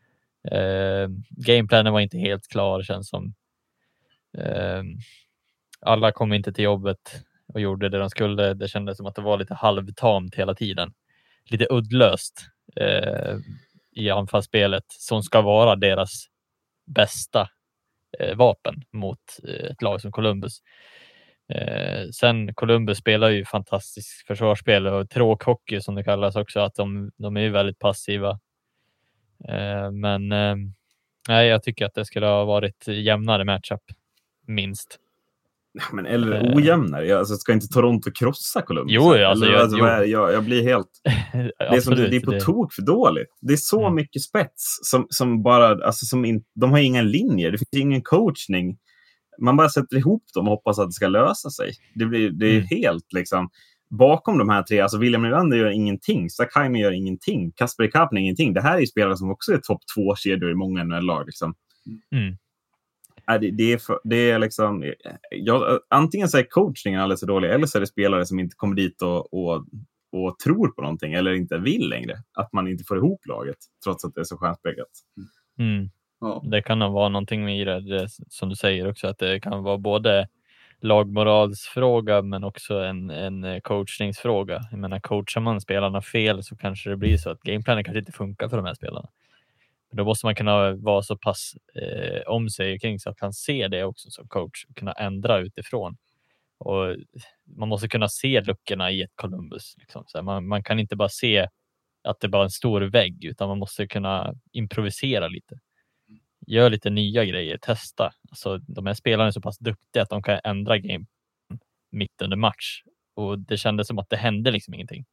Eh, gameplanen var inte helt klar, känns som. Eh, alla kom inte till jobbet och gjorde det de skulle. Det kändes som att det var lite halvtamt hela tiden. Lite uddlöst eh, i anfallsspelet som ska vara deras bästa eh, vapen mot eh, ett lag som Columbus. Eh, sen Columbus spelar ju fantastiskt försvarsspel och tråkhockey som det kallas också, att de, de är ju väldigt passiva. Eh, men eh, nej, jag tycker att det skulle ha varit jämnare matchup, minst. Men eller ojämnare, alltså ska inte Toronto krossa Columbus? Jo, alltså, eller, jag, alltså jo. Jag, jag blir helt... det, är som, det är på det. tok för dåligt. Det är så mm. mycket spets som, som bara... Alltså, som in, de har inga linjer, det finns ingen coachning. Man bara sätter ihop dem och hoppas att det ska lösa sig. Det, blir, det är mm. helt liksom... Bakom de här tre, alltså William Nylander gör ingenting, Sakheim gör ingenting, Kasper Kapanen ingenting. Det här är ju spelare som också är topp två kedjor i många N H L-lag. Liksom. Mm. Det, det, är för, det är liksom jag, antingen så är coachningen alldeles för dålig, eller så är det spelare som inte kommer dit och, och, och tror på någonting eller inte vill längre. Att man inte får ihop laget trots att det är så stjärnspäckat. Mm. Ja. Det kan nog vara någonting i det, det som du säger också, att det kan vara både lagmoralsfråga men också en, en coachningsfråga. Jag menar, coachar man spelarna fel så kanske det blir så att gameplanen kanske inte funkar för de här spelarna. Då måste man kunna vara så pass eh, om sig kring så att han ser det också som coach och kunna ändra utifrån. Och man måste kunna se luckorna i ett Columbus. Liksom. Så man, man kan inte bara se att det är bara en stor vägg, utan man måste kunna improvisera lite. Gör lite nya grejer, testa. Alltså, de här spelarna är så pass duktiga att de kan ändra game mitt under match. Och det kändes som att det hände liksom ingenting.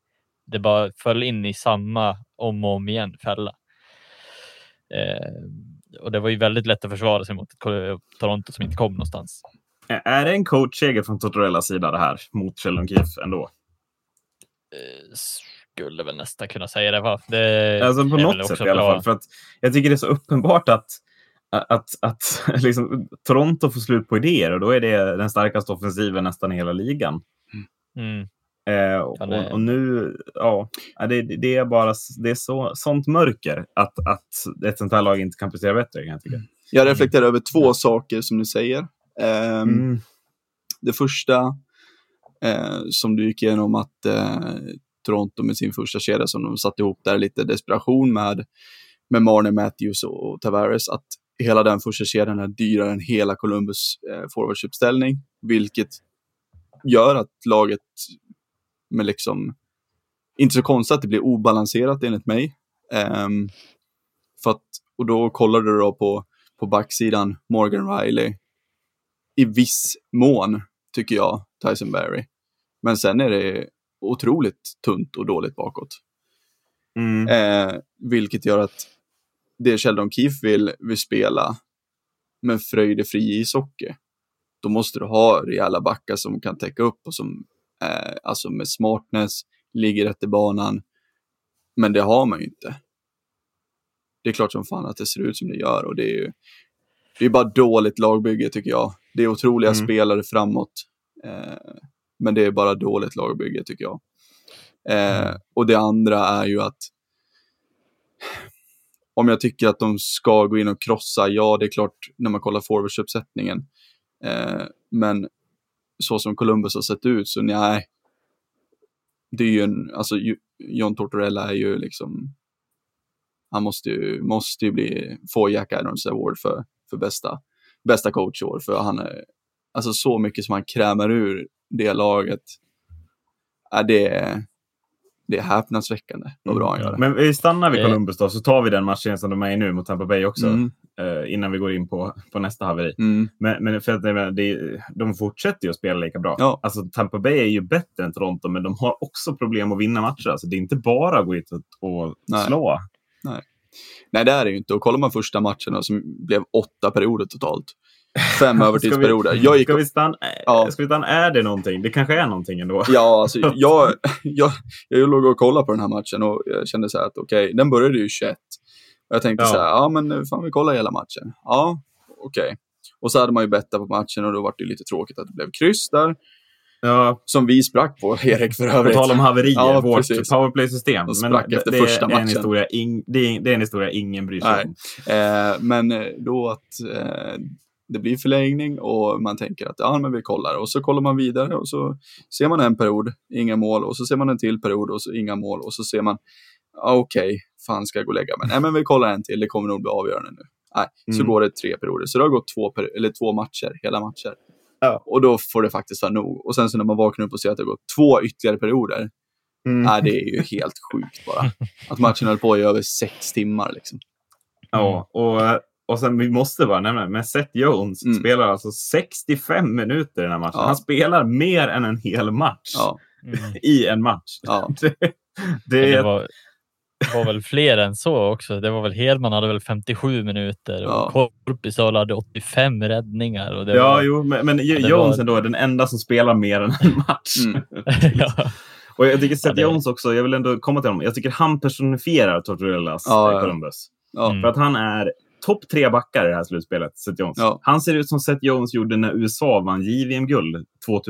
det bara föll in i samma om och om igen fälla. Eh, och det var ju väldigt lätt att försvara sig mot ett Toronto som inte kom någonstans. Är det en coachseger från Tortorellas sida det här mot Sheldon Keefe ändå? Eh, skulle väl nästan kunna säga det, va? Det alltså på något sätt i alla fall. För att jag tycker det är så uppenbart att att, att liksom, Toronto får slut på idéer och då är det den starkaste offensiven nästan i hela ligan. Mm. Eh, och, och, och nu, ja, det, det är bara det är så, sånt mörker att, att ett sånt här lag inte kan prestera bättre, kan jag tycka. Jag reflekterar över två mm. saker som du säger. Eh, mm. Det första eh, som du gick igenom att eh, Toronto med sin första kedja som de satte ihop där lite desperation med, med Marner, Matthews och, och Tavares, att hela den första kedjan är dyrare än hela Columbus eh, forwardsuppställning, vilket gör att laget med liksom inte så konstigt att det blir obalanserat enligt mig. Um, för att, och då kollar du då på, på backsidan Morgan Riley i viss mån, tycker jag, Tyson Barrie. Men sen är det otroligt tunt och dåligt bakåt. Mm. Eh, vilket gör att det Sheldon Keefe vill, vill spela med fröjdefri ishockey, då måste du ha rejäla backar som kan täcka upp och som eh, alltså med smartness ligger rätt i banan. Men det har man ju inte. Det är klart som fan att det ser ut som det gör, och det är ju det är bara dåligt lagbygge, tycker jag. Det är otroliga mm. spelare framåt, eh, men det är bara dåligt lagbygge, tycker jag. Eh, mm. Och det andra är ju att om jag tycker att de ska gå in och krossa, ja, det är klart när man kollar forwardsuppsättningen. Eh, men så som Columbus har sett ut, så nej. Det är ju en, alltså John Tortorella är ju liksom, han måste ju, måste ju bli, få Jack Adams Award för, för bästa, bästa coach år, för han är, alltså så mycket som han krämar ur det laget. Är det Det är häpnadsväckande vad bra han gör. Men vi stannar vid Columbus då, så tar vi den matchen som de är i nu mot Tampa Bay också. Mm. Uh, innan vi går in på, på nästa haveri. Mm. Men, men för att det, de fortsätter ju att spela lika bra. Ja. Alltså Tampa Bay är ju bättre än Toronto, men de har också problem att vinna matcher. Alltså det är inte bara att gå hit och, och slå. Nej. Nej, det är det ju inte. Och kollar man första matchen som blev åtta perioder totalt. Fem övertidsperioder. Ska vi, jag gick... ska vi stanna, ja. ska vi stanna, är det någonting? Det kanske är någonting ändå. Ja, alltså jag, jag, jag låg och kollade på den här matchen och jag kände så här att okej, okay, den började ju tjugoett. Och jag tänkte ja. så här, ja men fan vi kollar hela matchen. Ja, okej. Okay. Och så hade man ju bettat på matchen och då var det ju lite tråkigt att det blev kryss där. Ja. Som vi sprack på, Erik, för övrigt. På tal om haverier, ja, vårt precis. powerplay-system. De sprack men efter det, första det matchen. Är en historia in, det, är, det är en historia ingen bryr sig Nej. om. Eh, men då att eh, det blir förlängning och man tänker att ja, men vi kollar. Och så kollar man vidare och så ser man en period, inga mål. Och så ser man en till period och så inga mål. Och så ser man, okej, okay, fan ska jag gå och lägga mig. Nej, men vi kollar en till, det kommer nog bli avgörande nu. Nej, mm. så går det tre perioder. Så det har gått två, per- eller två matcher, hela matcher. Ja. Och då får det faktiskt vara nog. Och sen så när man vaknar upp och ser att det har gått två ytterligare perioder. Mm. Nej, det är ju helt sjukt bara. Att matchen höll på i över sex timmar liksom. Ja, och, och sen vi måste bara nämna, men Seth Jones mm. spelar alltså sextiofem minuter i den här matchen. Ja. Han spelar mer än en hel match ja. mm. i en match. Ja. det, det, det var, var väl fler än så också. Det var väl Hedman hade väl femtiosju minuter och ja. Korpisalo hade åttiofem räddningar. Och det ja, var, jo, men, men Jones var... ändå är den enda som spelar mer än en match. Mm. ja. Och jag tycker Seth ja, det... Jones också, jag vill ändå komma till honom. Jag tycker han personifierar Tortorellas ja, Columbus. Ja. För att han är topp tre backar i det här slutspelet, Seth Jones. Ja. Han ser ut som Seth Jones gjorde när U S A vann J V M-guld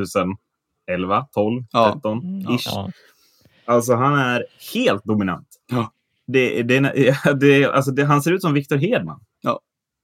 tjugoelva, tolv, ja. tretton ish. Ja. Alltså han är helt dominant. Ja. Det, det, det, alltså det, han ser ut som Victor Hedman. Ja.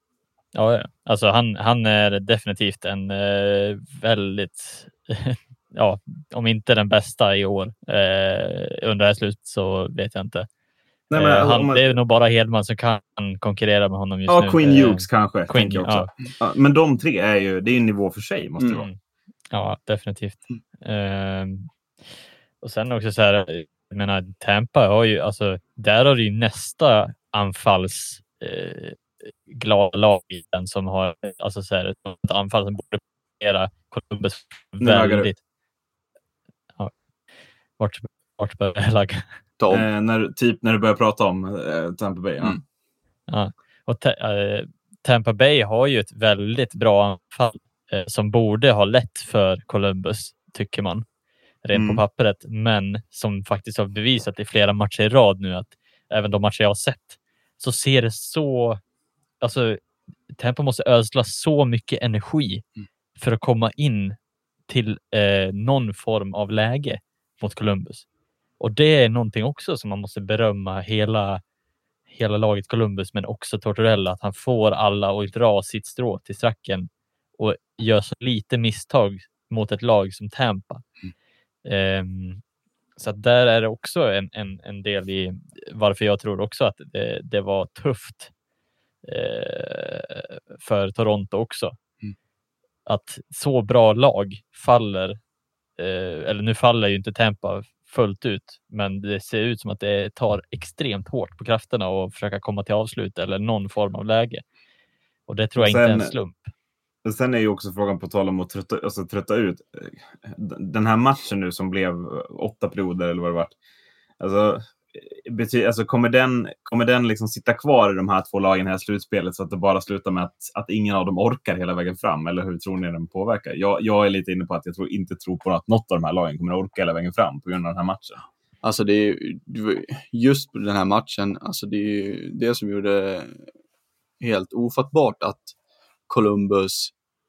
Ja, alltså han, han är definitivt en eh, väldigt, ja, om inte den bästa i år eh, under det här slutet så vet jag inte. Nej, men, eh, han, man... Det är nog bara Hedman som kan konkurrera med honom just ja, nu. Ja, Quinn Hughes eh, kanske. Quinn, jag också. Ja. Ja, men de tre är ju, det är en nivå för sig måste det mm. vara. Ja, definitivt. Mm. Eh, och sen också så här, jag menar, Tampa har ju, alltså, där har du ju nästa anfalls eh, glad lag i den som har, alltså så här, ett anfall som borde fungera Columbus väldigt. Ja, vart Vart börjar jag lagga? Eh, när, typ när du börjar prata om eh, Tampa Bay. Ja. Mm. Ja. Och ta- äh, Tampa Bay har ju ett väldigt bra anfall eh, som borde ha lätt för Columbus, tycker man. Rent Mm. på pappret. Men som faktiskt har bevisat i flera matcher i rad nu att även de matcher jag har sett så ser det så... Alltså, Tampa måste ödsla så mycket energi Mm. för att komma in till eh, någon form av läge mot Columbus. Och det är någonting också som man måste berömma hela, hela laget Columbus, men också Tortorella, att han får alla att dra sitt strå till stracken och gör så lite misstag mot ett lag som Tampa. Mm. Um, så att där är det också en, en, en del i varför jag tror också att det, det var tufft eh, för Toronto också. Mm. Att så bra lag faller, eh, eller nu faller ju inte Tampa fullt ut, men det ser ut som att det tar extremt hårt på krafterna och försöka komma till avslut eller någon form av läge. Och det tror jag sen, inte är en slump. Sen är ju också frågan på tal om att trötta, alltså, trötta ut. Den här matchen nu som blev åtta perioder eller vad det var. Alltså, bety- alltså kommer den, kommer den liksom sitta kvar i de här två lagen här slutspelet så att det bara slutar med att, att ingen av dem orkar hela vägen fram? Eller hur tror ni den påverkar? Jag, jag är lite inne på att jag tror, inte tror på att något av de här lagen kommer att orka hela vägen fram på grund av den här matchen. Alltså det är just den här matchen, alltså det är ju det som gjorde helt ofattbart att Columbus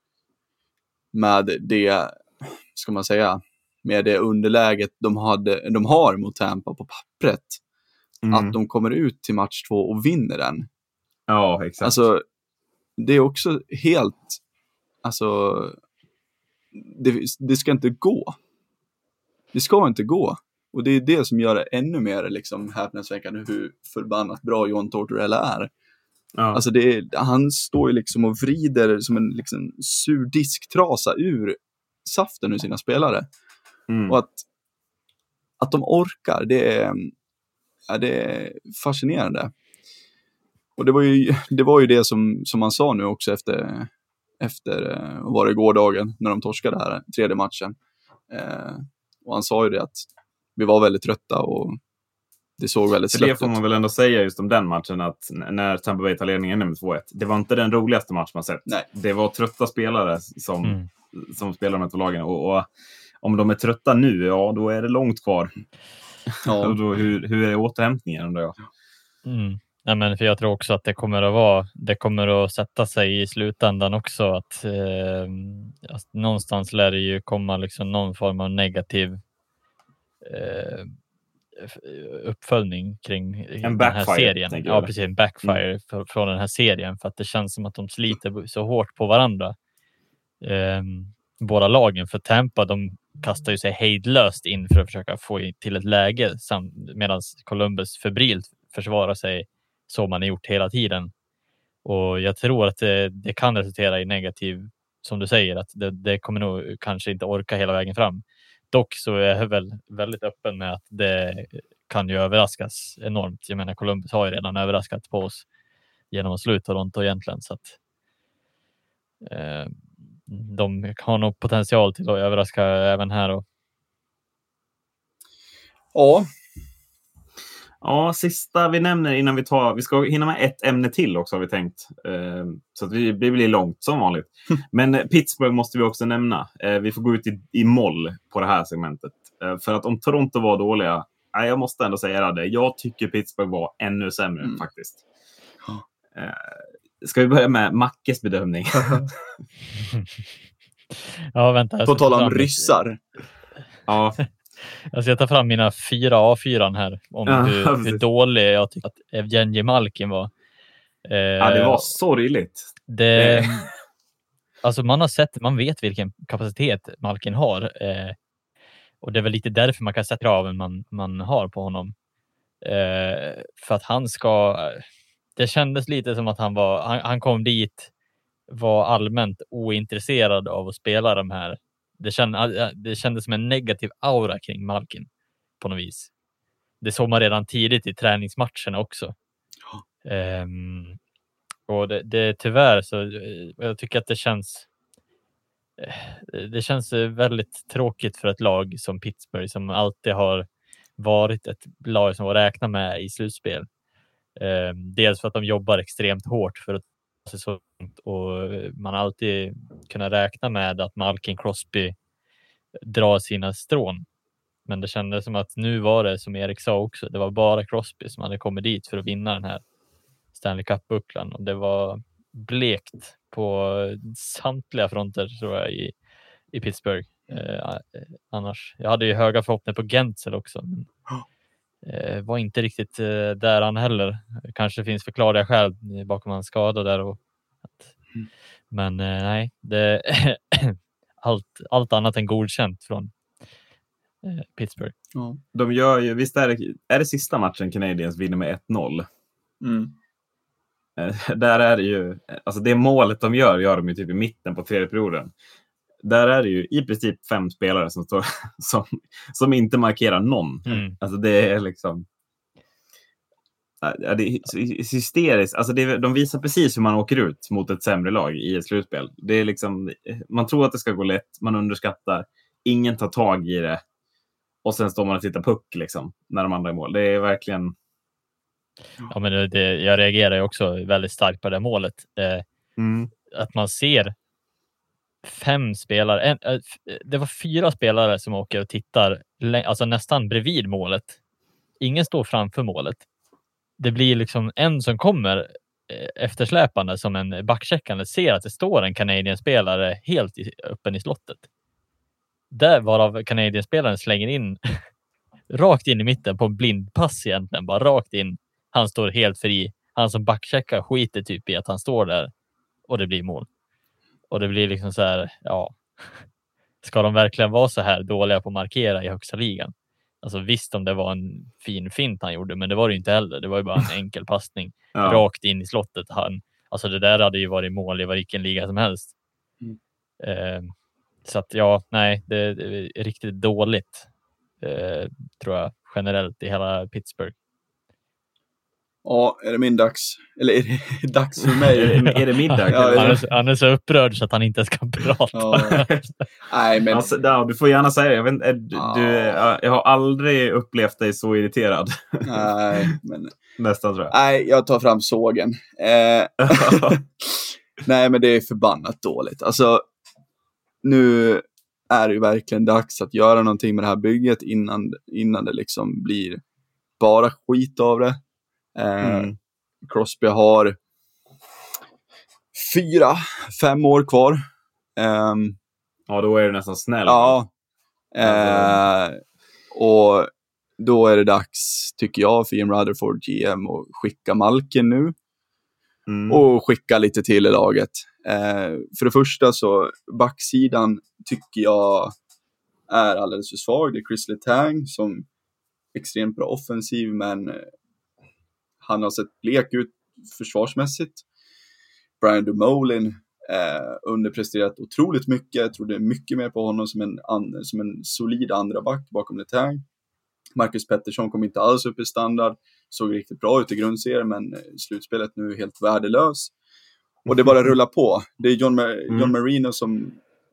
med det, ska man säga, med det underläget de, hade, de har mot Tampa på pappret, mm. att de kommer ut till match två och vinner den. Ja, exakt. Alltså, det är också helt, alltså, det, det ska inte gå. Det ska inte gå. Och det är det som gör det ännu mer liksom häpnadsväckande hur förbannat bra John Tortorella är. Ja. Alltså det är, han står ju liksom och vrider som en liksom sur disktrasa ur saften ur sina spelare. Mm. Och att, att de orkar, det är, ja, det är fascinerande. Och det var ju det, var ju det som, som man sa nu också efter, efter var det gårdagen när de torskade här, tredje matchen. Eh, och han sa ju det att vi var väldigt trötta och det såg väldigt slött ut. Det får man väl ändå säga just om den matchen, att när Tampa Bay tar ledningen med två ett, det var inte den roligaste match man sett. Nej. Det var trötta spelare som, mm. som spelar med två lagen. Och, och om de är trötta nu, ja, då är det långt kvar. Ja. Och då, hur, hur är återhämtningen, undrar jag? Mm. Ja, men för jag tror också att det kommer att vara, det kommer att sätta sig i slutändan också, att eh, alltså, någonstans lär det ju komma liksom någon form av negativ eh, uppföljning kring en den här serien. Ja, precis, en backfire mm. för, från den här serien, för att det känns som att de sliter så hårt på varandra. Eh, båda lagen, för Tampa, de kastar ju sig hejdlöst in för att försöka få till ett läge, medan Columbus febrilt försvarar sig som man har gjort hela tiden. Och jag tror att det, det kan resultera i negativ, som du säger, att det, det kommer nog kanske inte orka hela vägen fram. Dock så är jag väl väldigt öppen med att det kan ju överraskas enormt. Jag menar, Columbus har ju redan överraskat på oss genom att sluta Toronto egentligen, så att eh, de har nog potential till att överraska även här. Och... Ja. Ja, sista vi nämner innan vi tar... Vi ska hinna med ett ämne till också, har vi tänkt. Eh, så att vi blir långt som vanligt. Men Pittsburgh måste vi också nämna. Eh, vi får gå ut i, i moll på det här segmentet. Eh, för att om Toronto var dåliga... Nej, jag måste ändå säga det. Jag tycker Pittsburgh var ännu sämre, mm. faktiskt. Eh, ska vi börja med Mackes bedömning? Ja, vänta. På tal om ryssar. Ja. Jag ska ta fram mina fyra A fyra här om ja, hur, hur dålig jag tycker att Evgenij Malkin var. Eh, ja, det var sorgligt. Det, alltså man har sett, man vet vilken kapacitet Malkin har. Eh, och det är väl lite därför man kan sätta kraven man, man har på honom. Eh, för att han ska... Det kändes lite som att han var... Han, han kom dit, var allmänt ointresserad av att spela de här. Det, känd, det kändes som en negativ aura kring Malkin på något vis. Det såg man redan tidigt i träningsmatcherna också. Ja. Um, och det, det tyvärr så jag tycker att det känns det känns väldigt tråkigt för ett lag som Pittsburgh som alltid har varit ett lag som var räkna med i slutspel. Eh, dels för att de jobbar extremt hårt för att ta sig så långt, och man har alltid kunnat räkna med att Malkin, Crosby drar sina strån. Men det kändes som att nu var det, som Erik sa också, det var bara Crosby som hade kommit dit för att vinna den här Stanley Cup-bucklan, och det var blekt på samtliga fronter tror jag i, i Pittsburgh. Eh, annars, jag hade ju höga förhoppningar på Gentzel också, men eh, var inte riktigt eh, där han heller. Kanske finns förklarliga skäl bakom hans skada där, och att, mm. men eh, nej, det allt, allt annat än godkänt från eh, Pittsburgh. Ja. De gör ju, visst är det, är det sista matchen Canadiens vinner med ett noll. Mm. Där är det ju, alltså det målet de gör, gör de ju typ i mitten på tredje perioden. Där är det ju i princip fem spelare som står som, som inte markerar någon. Mm. Alltså det är liksom ja, det är hysteriskt. Alltså det, de visar precis hur man åker ut mot ett sämre lag i ett slutspel. Det är liksom, man tror att det ska gå lätt, man underskattar, ingen tar tag i det, och sen står man och tittar puck liksom när de andra är mål. Det är verkligen. Ja, men det, det, jag reagerar ju också väldigt starkt på det målet. Eh, mm. Att man ser fem spelare, en, äh, det var fyra spelare som åker och tittar alltså nästan bredvid målet. Ingen står framför målet. Det blir liksom en som kommer eh, eftersläpande som en backcheckande ser att det står en Canadian-spelare helt i, öppen i slottet. Där varav Canadian-spelaren slänger in rakt in i mitten på en blindpass egentligen, bara rakt in. Han står helt fri. Han som backcheckar skiter typ i att han står där, och det blir mål. Och det blir liksom så här, ja. Ska de verkligen vara så här dåliga på att markera i högsta ligan? Alltså visst, om det var en fin fint han gjorde, men det var det ju inte heller. Det var ju bara en enkel passning ja. Rakt in i slottet. Han, alltså det där hade ju varit mål i vilken liga som helst. Mm. Eh, så att ja, nej, det, det är riktigt dåligt. Eh, tror jag generellt i hela Pittsburgh. Ja, är det min dags? Eller är det dags för mig? är, det, är det middag? Ja, är det... Han, är, han är så upprörd så att han inte ska prata. Ja. Nej, men... Alltså, ja, du får gärna säga det. Jag, vet, är, ja. du, jag har aldrig upplevt dig så irriterad. Nej, men... Nästan tror jag. Nej, jag tar fram sågen. Eh... Nej, men det är förbannat dåligt. Alltså, nu är det ju verkligen dags att göra någonting med det här bygget innan, innan det liksom blir bara skit av det. Mm. Crosby har fyra, fem år kvar. Um, ja, då är det nästan snäll. Ja. Uh, och då är det dags, tycker jag, för Jim Rutherford G M att skicka Malkin nu. Mm. Och skicka lite till i laget. Uh, för det första så, backsidan tycker jag är alldeles för svag. Det är Chris Letang som extremt bra offensiv, men han har sett blek ut försvarsmässigt. Brian Dumoulin eh, underpresterat otroligt mycket. Jag tror det är mycket mer på honom som en, an, som en solid andra back bakom Letang. Marcus Pettersson kom inte alls upp i standard. Såg riktigt bra ut i grundserien, men slutspelet nu är helt värdelös. Och det bara rullar på. Det är John, Mar- John Marino som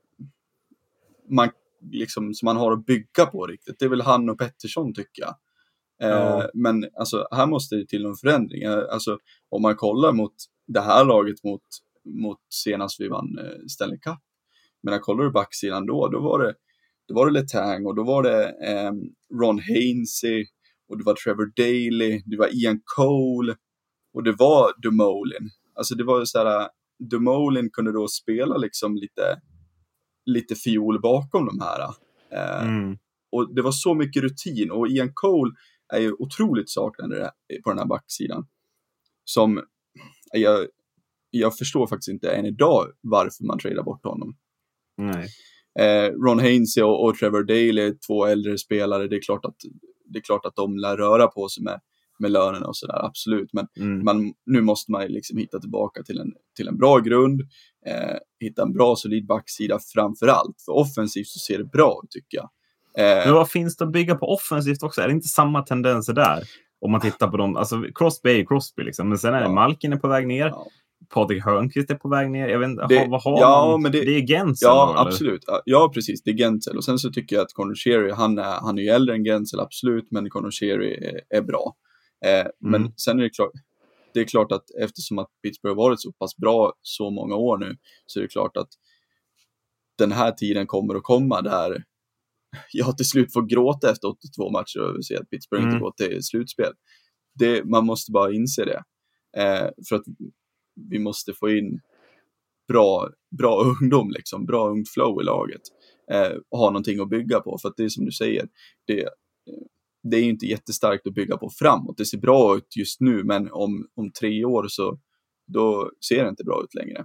man, liksom, som man har att bygga på riktigt. Det är väl han och Pettersson, tycker jag. Ja. Eh, men alltså, här måste det till någon förändring. Alltså, om man kollar mot det här laget mot, mot senast vi vann eh, Stanley Cup. Men när kollar du backsidan då, då var det, då var det Letang, och då var det eh, Ron Hainsey, och det var Trevor Daley, det var Ian Cole, och det var Dumoulin. Alltså det var ju så här, Dumoulin kunde då spela liksom lite, lite fiol bakom de här. Eh, mm. Och det var så mycket rutin, och Ian Cole är ju otroligt saknande på den här backsidan. Som jag, jag förstår faktiskt inte än idag varför man tradar bort honom. Nej. Eh, Ron Hainsey och, och Trevor Daley, två äldre spelare, det är klart att, det är klart att de lär röra på sig med, med lönerna och sådär, absolut. Men mm. man, nu måste man liksom hitta tillbaka till en, till en bra grund, eh, hitta en bra solid backsida framför allt. För offensivt så ser det bra ut, tycker jag. Eh, Men vad finns det att bygga på offensivt också? Är det inte samma tendenser där? Om man tittar på dem, alltså Crosby är Crosby liksom, men sen är det ja. Malkin är på väg ner. Ja. Patrik Hörnqvist är på väg ner. Jag vet inte, Det, vad har ja, man? Men det, det är Gensel ja, då, absolut. Eller? Ja, precis. Det är Gensel. Och sen så tycker jag att Conor Sherry, han är, han är ju äldre än Gensel, absolut. Men Conor Sherry är, är bra. Eh, mm. Men sen är det klart, det är klart att eftersom att Pittsburgh har varit så pass bra så många år nu, så är det klart att den här tiden kommer att komma där jag till slut får gråta efter åttiotvå matcher och se att Pittsburgh mm. inte går till slutspel. Det, man måste bara inse det. Eh, för att vi måste få in bra, bra ungdom, liksom, bra ungt flow i laget. Eh, och ha någonting att bygga på. För att det är som du säger, det, det är inte jättestarkt att bygga på framåt. Det ser bra ut just nu, men om, om tre år så då ser det inte bra ut längre.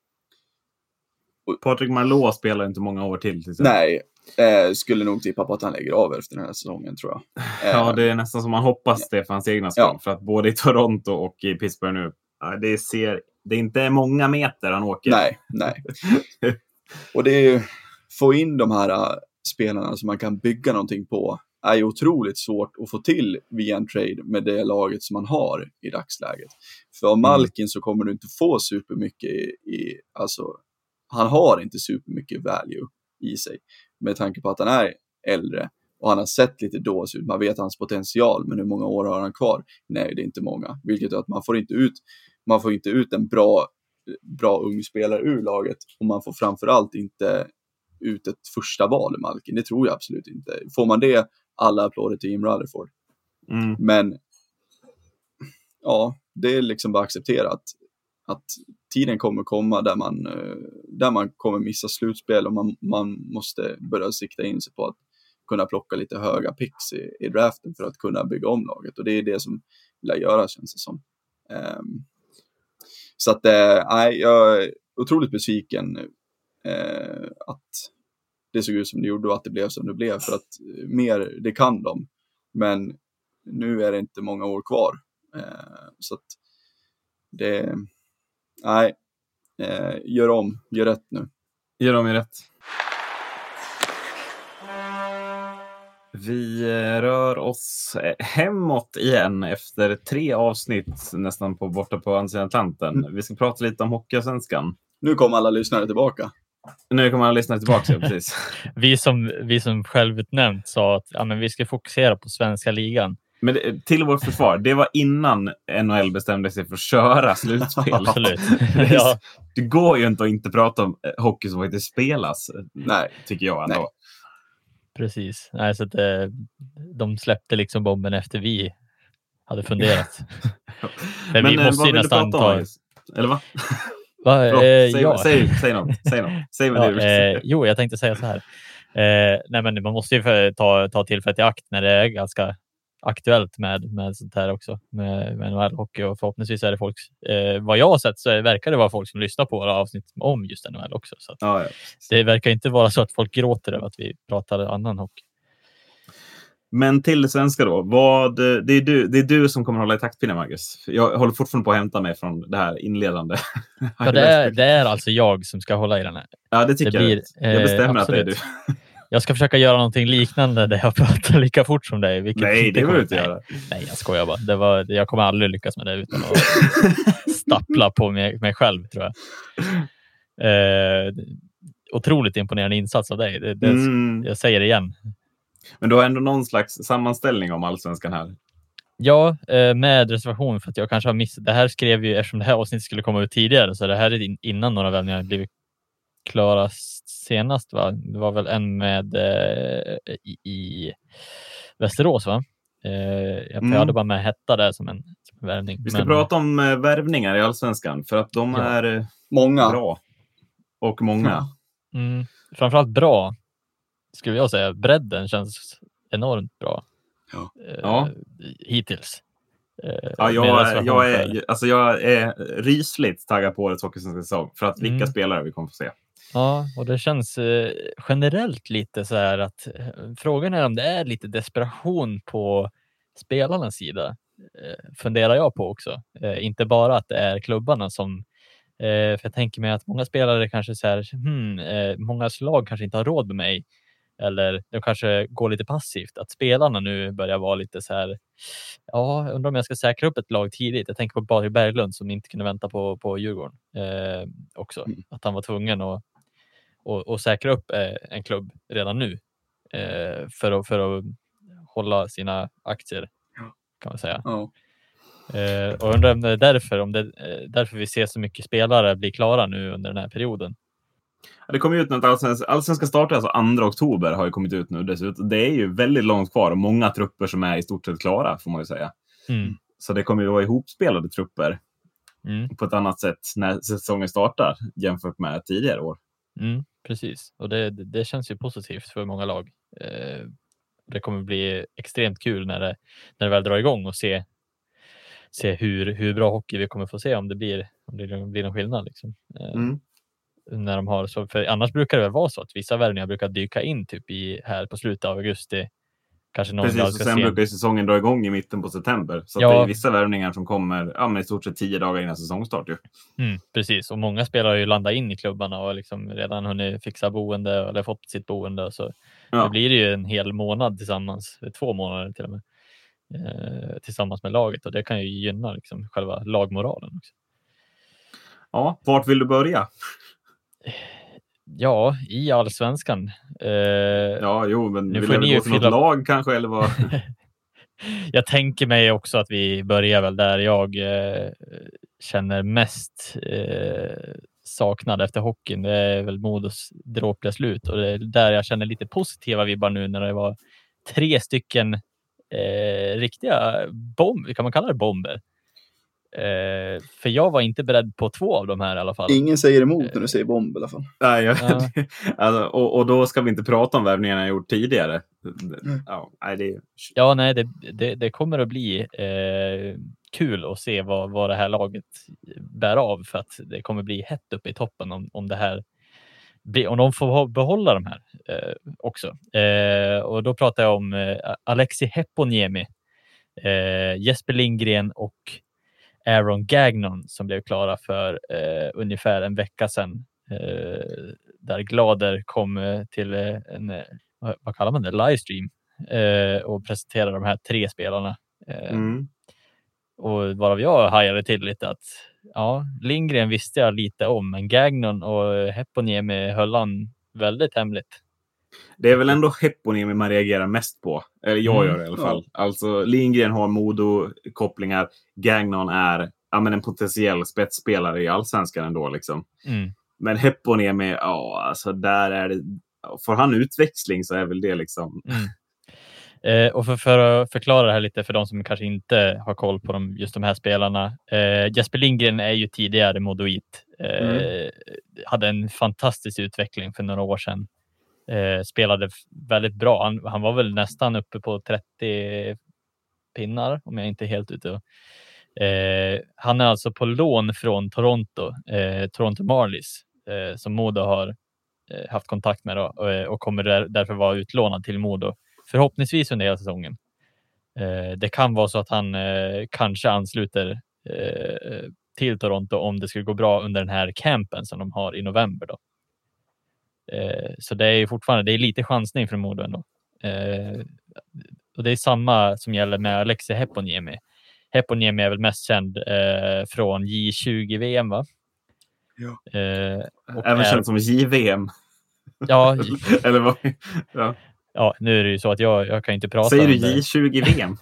Patrik Marleau spelar inte många år till. till Nej, eh, skulle nog tippa på att han lägger av efter den här säsongen, tror jag. Eh, ja, det är nästan som man hoppas det för hans egna skull. Ja. För att både i Toronto och i Pittsburgh nu, det, ser, det är inte många meter han åker. Nej, nej. Och det är ju, få in de här uh, spelarna som man kan bygga någonting på är ju otroligt svårt att få till via en trade med det laget som man har i dagsläget. För av Malkin mm. så kommer du inte få supermycket i, i alltså han har inte supermycket value i sig med tanke på att han är äldre och han har sett lite dås ut. Man vet hans potential, men hur många år har han kvar? Nej, det är inte många. Vilket är att man får inte ut man får inte ut en bra bra ung spelare ur laget och man får framförallt inte ut ett första val i Malkin. Det tror jag absolut inte. Får man det, alla applåder till Jim Rutherford. Mm. Men ja, det är liksom bara accepterat att tiden kommer komma där man, där man kommer missa slutspel och man, man måste börja sikta in sig på att kunna plocka lite höga picks i, i draften för att kunna bygga om laget. Och det är det som lär göra, känns det som. Um, så att nej, äh, jag är otroligt besviken äh, att det såg ut som det gjorde och att det blev som det blev. För att mer, det kan de. Men nu är det inte många år kvar. Uh, så att det... Nej, eh, gör om, gör rätt nu. Gör om, gör rätt. Vi rör oss hemåt igen efter tre avsnitt nästan på borta på andra sidan Atlanten. Mm. Vi ska prata lite om Hockeysvenskan. Nu kommer alla lyssnare tillbaka. Nu kommer alla lyssnare tillbaka, ja, precis. vi, som, vi som självutnämnt sa att ja, men vi ska fokusera på svenska ligan. Men det, till vår försvar, det var innan N H L bestämde sig för att köra slutspel. Absolut. det, ja. det går ju inte att inte prata om hockey som inte spelas. Nej, tycker jag ändå. Nej. Precis. Nej, så att, eh, de släppte liksom bomben efter vi hade funderat. Men vi måste vad vill du prata ta... om? Eller vad? Va? Eh, säg, ja. säg, säg något. Säg något. Säg vad ja, det eh, jo, jag tänkte säga så här. Eh, nej, men man måste ju ta, ta tillfället i akt när det är ganska aktuellt med, med sånt här också med, med N H L-hockey och förhoppningsvis är det folk eh, vad jag har sett så verkar det vara folk som lyssnar på våra avsnitt om just N H L också så att ja, ja. Det verkar inte vara så att folk gråter över att vi pratar annan hockey. Men till det svenska då, vad, det, är du, det är du som kommer hålla i taktpinnen, Marcus. Jag håller fortfarande på att hämta mig från det här inledande. Ja, det, är, det är alltså jag som ska hålla i den här. Ja, det tycker det jag. Blir, jag bestämmer eh, att det är du. Jag ska försöka göra någonting liknande där jag pratar lika fort som dig. Nej, det går du inte göra. Nej, jag skojar bara. Det var, jag kommer aldrig lyckas med det utan att stappla på mig, mig själv, tror jag. Eh, otroligt imponerande insats av dig. Det, det, mm. Jag säger det igen. Men du har ändå någon slags sammanställning om allsvenskan här. Ja, med reservation för att jag kanske har missat. Det här skrev ju, eftersom det här avsnittet skulle komma ut tidigare, så det här är innan några vändningar blivit klara senast, va? Det var väl en med eh, i, i Västerås, va? Eh, jag mm. hade bara med Hetta där som en, som en värvning. Vi ska men... prata om eh, värvningar i allsvenskan för att de ja. är eh, många. Bra. Och många. Mm. Framförallt bra, skulle jag säga. Bredden känns enormt bra. Ja. Eh, ja. Hittills. Eh, ja, jag, jag, är, för... alltså jag är rysligt taggad på årets hockeysvenska säsong för att vilka mm. spelare vi kommer få se. Ja, och det känns eh, generellt lite så här att eh, frågan är om det är lite desperation på spelarnas sida. Eh, funderar jag på också. Eh, inte bara att det är klubbarna som eh, för jag tänker mig att många spelare kanske så här, hmm, eh, många slag kanske inte har råd med mig. Eller de kanske går lite passivt. Att spelarna nu börjar vara lite så här, ja, undrar om jag ska säkra upp ett lag tidigt. Jag tänker på Barry Berglund som inte kunde vänta på, på Djurgården eh, också. Mm. Att han var tvungen att och, och säkra upp eh, en klubb redan nu eh, för, att, för att hålla sina aktier, kan man säga. Ja. Eh, och undrar om det är därför, om det är därför vi ser så mycket spelare bli klara nu under den här perioden. Ja, det kommer ut nu att allsvenska, allsvenska startar alltså andra oktober har ju kommit ut nu dessutom. Det är ju väldigt långt kvar och många trupper som är i stort sett klara, får man ju säga. Mm. Så det kommer ju vara ihopspelade trupper mm. på ett annat sätt när säsongen startar jämfört med tidigare år. Mm, precis, och det, det, det känns ju positivt för många lag. Eh, det kommer bli extremt kul när det, när det väl drar igång och se, se hur, hur bra hockey vi kommer få se, om det blir, om det blir någon skillnad. Liksom. Eh, mm. När de har så, för annars brukar det väl vara så att vissa värvningar brukar dyka in typ i, här på slutet av augusti. Kanske någon Precis, och sen sen brukar ju säsongen dra igång i mitten på september. Så ja. att det är vissa värvningar som kommer ja, med i stort sett tio dagar innan säsongstart. Ju. Mm, precis, och många spelare har ju landat in i klubbarna och liksom redan hunnit fixa boende eller fått sitt boende. Så ja. Då blir det ju en hel månad tillsammans, två månader till och med, eh, tillsammans med laget. Och det kan ju gynna liksom själva lagmoralen också. Ja, vart vill du börja? Ja, i allsvenskan. Eh, ja, jo, men nu vill får du ni gå till fylla... något lag kanske, eller vad? Jag tänker mig också att vi börjar väl där jag eh, känner mest eh, saknad efter hockeyn. Det är väl Modos dråpliga slut, och det är där jag känner lite positiva vibbar nu när det var tre stycken eh, riktiga bomber, kan man kalla det bomber? Eh, för jag var inte beredd på två av de här i alla fall. Ingen säger emot när du säger bomb i alla fall. Nej, jag, ja. alltså, och, och då ska vi inte prata om värvningarna jag gjort tidigare. Mm. Ja, nej, det... ja, nej, det, det, det kommer att bli eh, kul att se vad, vad det här laget bär av, för att det kommer bli hett uppe i toppen om, om det här blir, om de får behålla de här eh, också. Eh, och då pratar jag om eh, Alexi Heponiemi, eh, Jesper Lindgren och Aaron Gagnon som blev klara för eh, ungefär en vecka sedan. Eh, där Glader kom eh, till eh, en, eh, vad kallar man det, livestream eh, och presenterade de här tre spelarna. Eh, mm. Och varav jag hajade till lite att ja, Lindgren visste jag lite om, men Gagnon och Heponiemi höll han väldigt hemligt. Det är väl ändå Heponiemi man reagerar mest på. Eller jag Mm. gör det i alla fall. Ja. Alltså Lindgren har Modo-kopplingar. Gagnon är ja, men en potentiell spetsspelare i allsvenskan ändå. Liksom. Mm. Men Heponiemi, ja, alltså där är det... Får han utväxling så är väl det liksom... Mm. Eh, och för, för att förklara det här lite för de som kanske inte har koll på de, just de här spelarna. Eh, Jesper Lindgren är ju tidigare Modoit. Eh, mm. Hade en fantastisk utveckling för några år sedan. Eh, spelade väldigt bra. Han, han var väl nästan uppe på trettio pinnar om jag inte är helt ute. Eh, han är alltså på lån från Toronto, eh, Toronto Marlies, eh, som Modo har eh, haft kontakt med då, och, och kommer där, därför vara utlånad till Modo. Förhoppningsvis under hela säsongen. Eh, det kan vara så att han eh, kanske ansluter eh, till Toronto om det skulle gå bra under den här campen som de har i november då. Eh, så det är fortfarande det är lite chansning från Modo ändå. Eh, och det är samma som gäller med Alexi Heponiemi. Heponiemi är väl mest känd eh, från J tjugo V M, va? Ja. Eh, Även är... känd som J V M. Ja. Eller vad? Ja. Ja, nu är det ju så att jag, jag kan inte prata. Säger du J tjugo V M?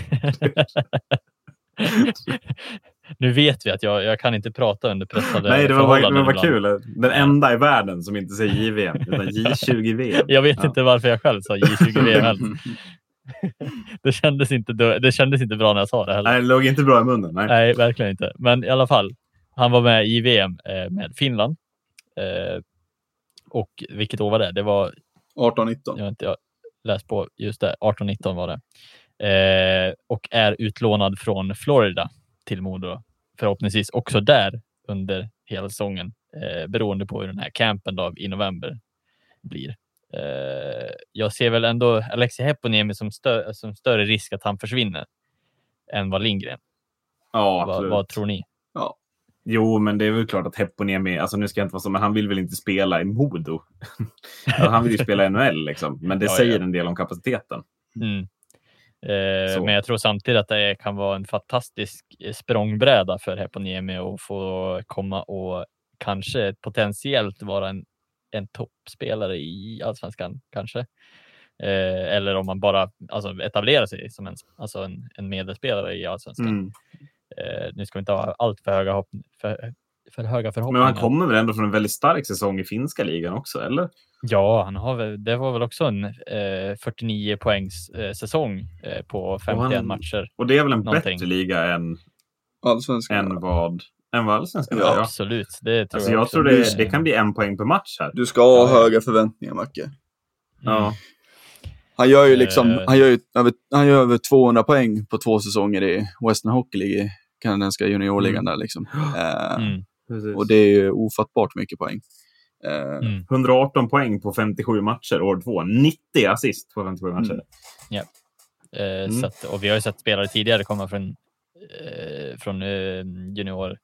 Nu vet vi att jag, jag kan inte prata under pressade Nej, det var, förhållanden. det var kul. Den enda i världen som inte säger J V M, utan J tjugo V M. Jag vet ja. inte varför jag själv sa J tjugo V M. det, kändes inte, det kändes inte bra när jag sa det heller. Nej, det låg inte bra i munnen. Nej, nej verkligen inte. Men i alla fall, han var med i V M eh, med Finland. Eh, och vilket år var det? Det var arton nitton. Jag har inte läst på just det. arton nitton var det. Eh, och är utlånad från Florida till Modo. Förhoppningsvis också där under hela säsongen. Eh, beroende på hur den här campen då i november blir. Eh, jag ser väl ändå Alexi Heponiemi som, stö- som större risk att han försvinner än vad Lindgren. Ja, absolut. Vad, vad tror ni? Ja. Jo, men det är väl klart att Heponiemi, alltså nu ska jag inte vara så, men han vill väl inte spela i Modo. Alltså, han vill ju spela i N H L liksom, men det ja, säger ja. en del om kapaciteten. Mm. Eh, men jag tror samtidigt att det kan vara en fantastisk språngbräda för Heponiemi att få komma och kanske potentiellt vara en, en toppspelare i Allsvenskan kanske. Eh, eller om man bara alltså, etablerar sig som en, alltså en, en medelspelare i Allsvenskan. Mm. Eh, nu ska vi inte ha allt för höga, hopp, för, för höga förhoppningar. Men han kommer väl ändå från en väldigt stark säsong i finska ligan också, eller? Ja, han har väl, det var väl också en eh, fyrtionio poängs eh, säsong eh, på femtioen och han, matcher. Och det är väl en Någonting. bättre liga än Allsvenskan. Än vad, än vad Allsvenskan ja, är. Ja, absolut. Det tror alltså, jag jag också. tror det, det kan bli en poäng per match här. Du ska ha ja, höga förväntningar, Macke. Mm. Ja. Han gör ju liksom, uh, han gör ju över, han gör över tvåhundra poäng på två säsonger i Western Hockey League, kanadensiska juniorligan där liksom. Uh, mm. Och det är ju ofattbart mycket poäng. Uh, mm. hundraarton poäng på femtiosju matcher år två. nittio assist på femtiosju matcher. Mm. Ja. Uh, mm. så att, och vi har ju sett spelare tidigare komma från, uh, från uh, junior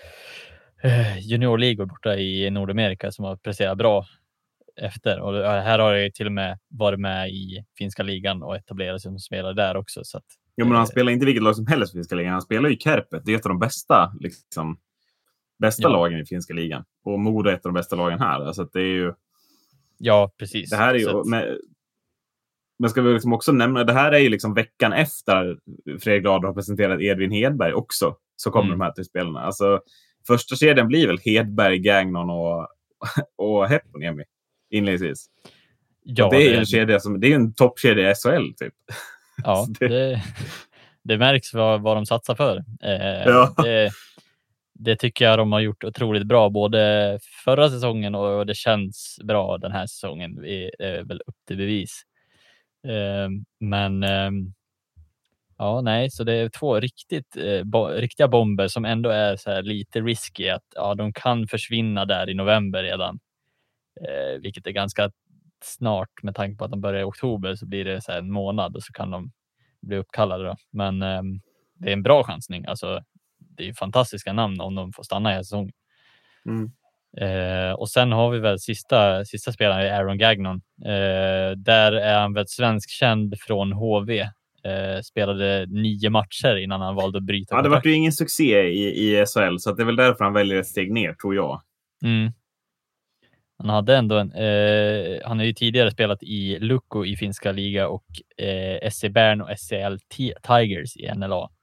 uh, juniorligor borta i Nordamerika som har presterat bra efter. Och här har jag till och med varit med i finska ligan och etablerat sig som spelare där också. Så att, ja, men han spelar inte vilket lag som helst i finska ligan. Han spelar ju Kärpät. Det är ett av de bästa, liksom, bästa ja. lagen i finska ligan. Och Modo är ett av de bästa lagen här. Alltså att det är ju... Ja, precis. Det här är ju... att... Men, men ska vi liksom också nämna, det här är ju liksom veckan efter Fredrik Glad har presenterat Edvin Hedberg också. Så kommer mm. de här till spelarna. Alltså, första kedjan blir väl Hedberg, Gagnon och, och Heponiemi. Inledningsvis. Ja, det är det... en kedja som det är en toppkedja i S H L typ. Ja, det... Det, det märks vad, vad de satsar för. Eh, ja. det, det tycker jag de har gjort otroligt bra både förra säsongen och det känns bra den här säsongen. Vi är väl upp till bevis. Eh, men eh, ja, nej, så det är två riktigt eh, bo- riktiga bomber som ändå är så här lite risky att ja, de kan försvinna där i november redan. Eh, vilket är ganska snart med tanke på att de börjar i oktober så blir det så här en månad och så kan de bli uppkallade då. Men eh, det är en bra chansning. Alltså, det är ju fantastiska namn om de får stanna i här säsongen. Mm. Eh, och sen har vi väl sista, sista spelaren, Aaron Gagnon. Eh, där är han väl svenskkänd från H V. Eh, spelade nio matcher innan han valde att bryta. Ja, det var ju ingen succé i, i S H L så att det är väl därför han väljer ett steg ner, tror jag. Mm. Han hade ändå en, eh, han har ju tidigare spelat i Lukko i finska liga och eh, S C Bern och S C L T- Tigers i N L A.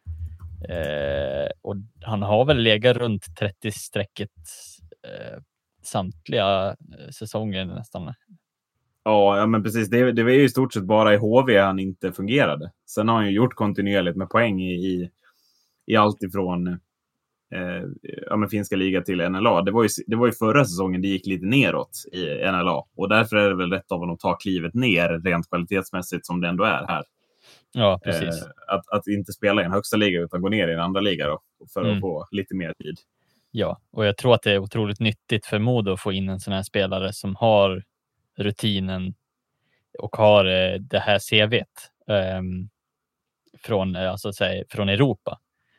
Eh, och han har väl legat runt trettio-strecket eh, samtliga eh, säsonger nästan. Ja, ja men precis. Det, det var ju i stort sett bara i H V han inte fungerade. Sen har han ju gjort kontinuerligt med poäng i, i, i allt ifrån eh, ja, men finska liga till N L A. Det var, ju, det var ju förra säsongen det gick lite neråt i N L A. Och därför är det väl rätt av honom att ta klivet ner rent kvalitetsmässigt som det ändå är här. Ja, precis. Eh, att, att inte spela i en högsta liga utan gå ner i en andra liga då, för mm. att få lite mer tid. Ja, och jag tror att det är otroligt nyttigt för Modo att få in en sån här spelare som har rutinen och har eh, det här C V:t eh, från, alltså, säg, från Europa.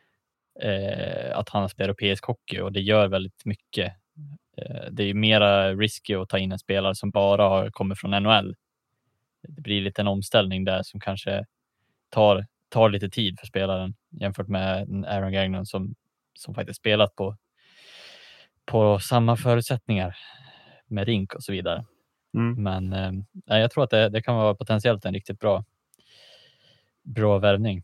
Eh, att han har spelat europeisk hockey och det gör väldigt mycket. Eh, det är mera risky att ta in en spelare som bara har kommit från N H L. Det blir lite en omställning där som kanske tar, tar lite tid för spelaren jämfört med Aaron Gagnon som, som faktiskt spelat på, på samma förutsättningar med rink och så vidare. Mm. Men eh, jag tror att det, det kan vara potentiellt en riktigt bra bra värvning.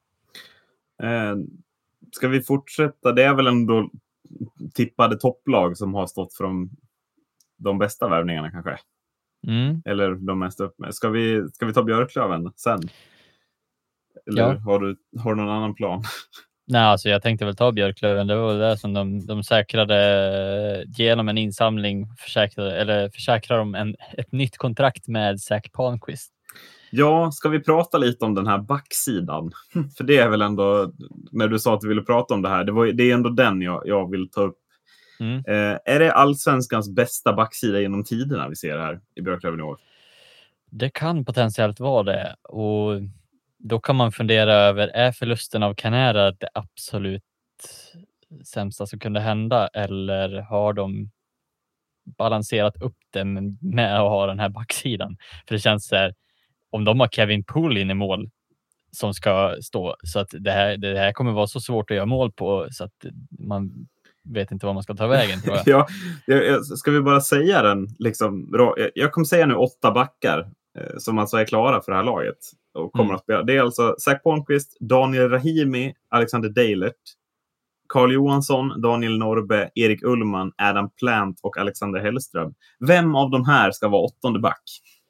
Eh, ska vi fortsätta? Det är väl ändå tippade topplag som har stått för de, de bästa värvningarna kanske. Mm. Eller de mest upp med. Ska vi, ska vi ta Björklöven sen? Eller ja. har, du, har du någon annan plan? Nej, alltså jag tänkte väl ta Björklöven. Det var det som de, de säkrade genom en insamling. Försäkrade, eller försäkrar de en, ett nytt kontrakt med Zach Palmqvist. Ja, ska vi prata lite om den här backsidan? För det är väl ändå, när du sa att du ville prata om det här, det, var, det är ändå den jag, jag vill ta upp. Mm. Eh, är det allsvenskans bästa backsida genom tiderna vi ser här i Björklöven i år? Det kan potentiellt vara det. Och då kan man fundera över, är förlusten av Canera det absolut sämsta som kunde hända, eller har de balanserat upp det med att ha den här backsidan? För det känns så här, om de har Kevin Poolin i mål som ska stå, så att det här, det här kommer vara så svårt att göra mål på så att man vet inte vad man ska ta vägen, tror jag. Ja, ska vi bara säga den liksom, jag kommer säga nu åtta backar eh, som alltså är klara för det här laget och kommer mm. att spela. Det är alltså Zach Palmqvist, Daniel Rahimi, Alexander Deilert, Carl Johansson, Daniel Norbe, Erik Ullman, Adam Plant och Alexander Hellström. Vem av de här ska vara åttonde back?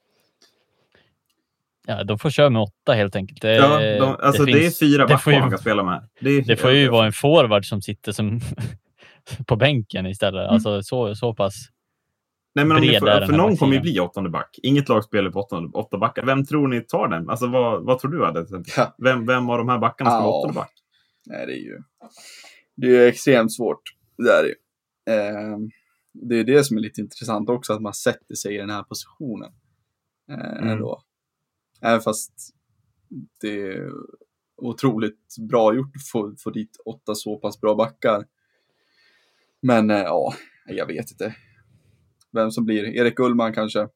Ja, de får köra med åtta helt enkelt. Det, ja, de, alltså det, det finns, är fyra backar man kan spela med. Det, är, det får ju vara en forward som sitter som på bänken istället. Mm. Alltså så, så pass. Nej, men om ni får, för någon kommer ju bli åttonde back. Inget lag spelar på åttonde, åtta backar. Vem tror ni tar den? Alltså vad, vad tror du hade? Ja. Vem, vem av de här backarna ska vara åttonde back? Nej, det är ju det är ju extremt svårt. Det är det ju. Eh, det är det som är lite intressant också, att man sätter sig i den här positionen. Eh, mm. ändå. Även fast det är otroligt bra gjort att få, få dit åtta så pass bra backar. Men eh, ja, jag vet inte. Vem som blir. Erik Ullman kanske.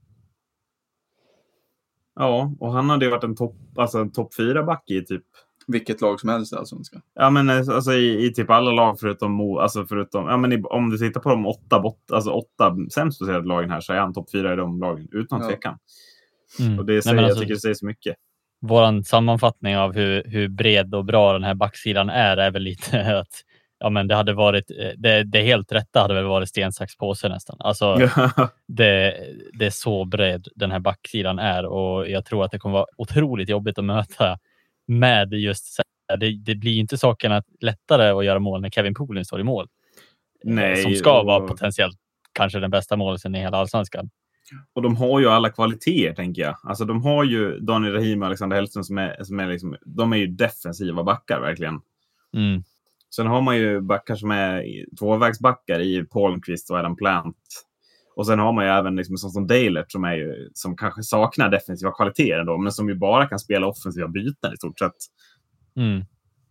Ja, och han hade ju varit en topp alltså en topp fyra back i typ vilket lag som helst alltså. Ja, men alltså i, i typ alla lag förutom alltså förutom ja men i, om du tittar på de åtta bot, alltså åtta sämst placerade lagen här, så är han topp fyra i de lagen utan tvekan. Mm. Och det säger, Nej, alltså, jag tycker det säger så mycket. Våran sammanfattning av hur, hur bred och bra den här backsidan är är väl lite att ja, men det hade varit det, det helt rätta hade väl varit sten, sax, påse nästan. Alltså det, det är så bred den här backsidan är, och jag tror att det kommer vara otroligt jobbigt att möta med just det, det blir inte sakerna lättare att göra mål när Kevin Poolin står i mål. Nej, som ska och... vara potentiellt kanske den bästa målsen i hela allsvenskan. Och de har ju alla kvaliteter, tänker jag. Alltså de har ju Daniel Rahim och Alexander Hellström som är, som är liksom, de är ju defensiva backar verkligen. Mm. Sen har man ju backar som är tvåvägsbackar i Palmqvist och Adam Plant. Och sen har man ju även liksom sånt som Deilert som är ju, som kanske saknar defensiva kvaliteter då, men som ju bara kan spela offensiva byten i stort sett. Mm.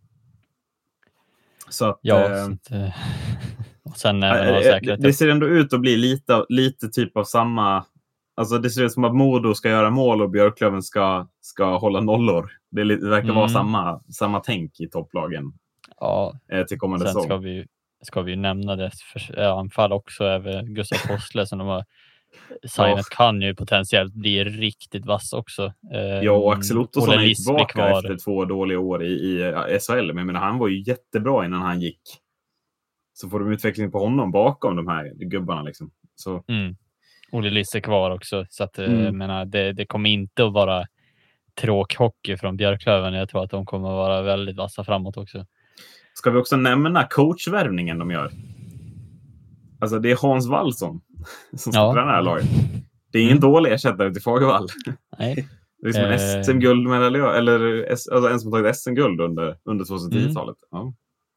Så att, ja, eh, så att, eh, och sen äh, det, det ser ändå ut att bli lite, lite typ av samma. Alltså det ser ut som att Modo ska göra mål och Björklöven ska, ska hålla nollor. Det, det verkar mm. vara samma, samma tänk i topplagen. Ja, eh, till kommande sen säsong. ska vi, ska vi nämna det för, anfall också över Gustav Forsle som de har signet ja. Kan ju potentiellt bli riktigt vass också. Eh, ja, och Axel Ottosson är tillbaka efter två dåliga år i, i S H L. Men jag menar, han var ju jättebra innan han gick. Så får de utveckling på honom bakom de här gubbarna liksom. Så. Mm. Olle Liss är kvar också. Så att, mm. jag menar, det, det kommer inte att vara tråkhockey från Björklöven. Jag tror att de kommer att vara väldigt vassa framåt också. Ska vi också nämna coachvärvningen de gör? Alltså det är Hans Wallson som ska ja. träna det här laget. Det är ingen mm. dålig ersättare till Fagervall. Nej. Det är som en eh. S M-guldmedaljör, eller alltså en som tagit S M-guld under, under tjugohundratio-talet. Mm.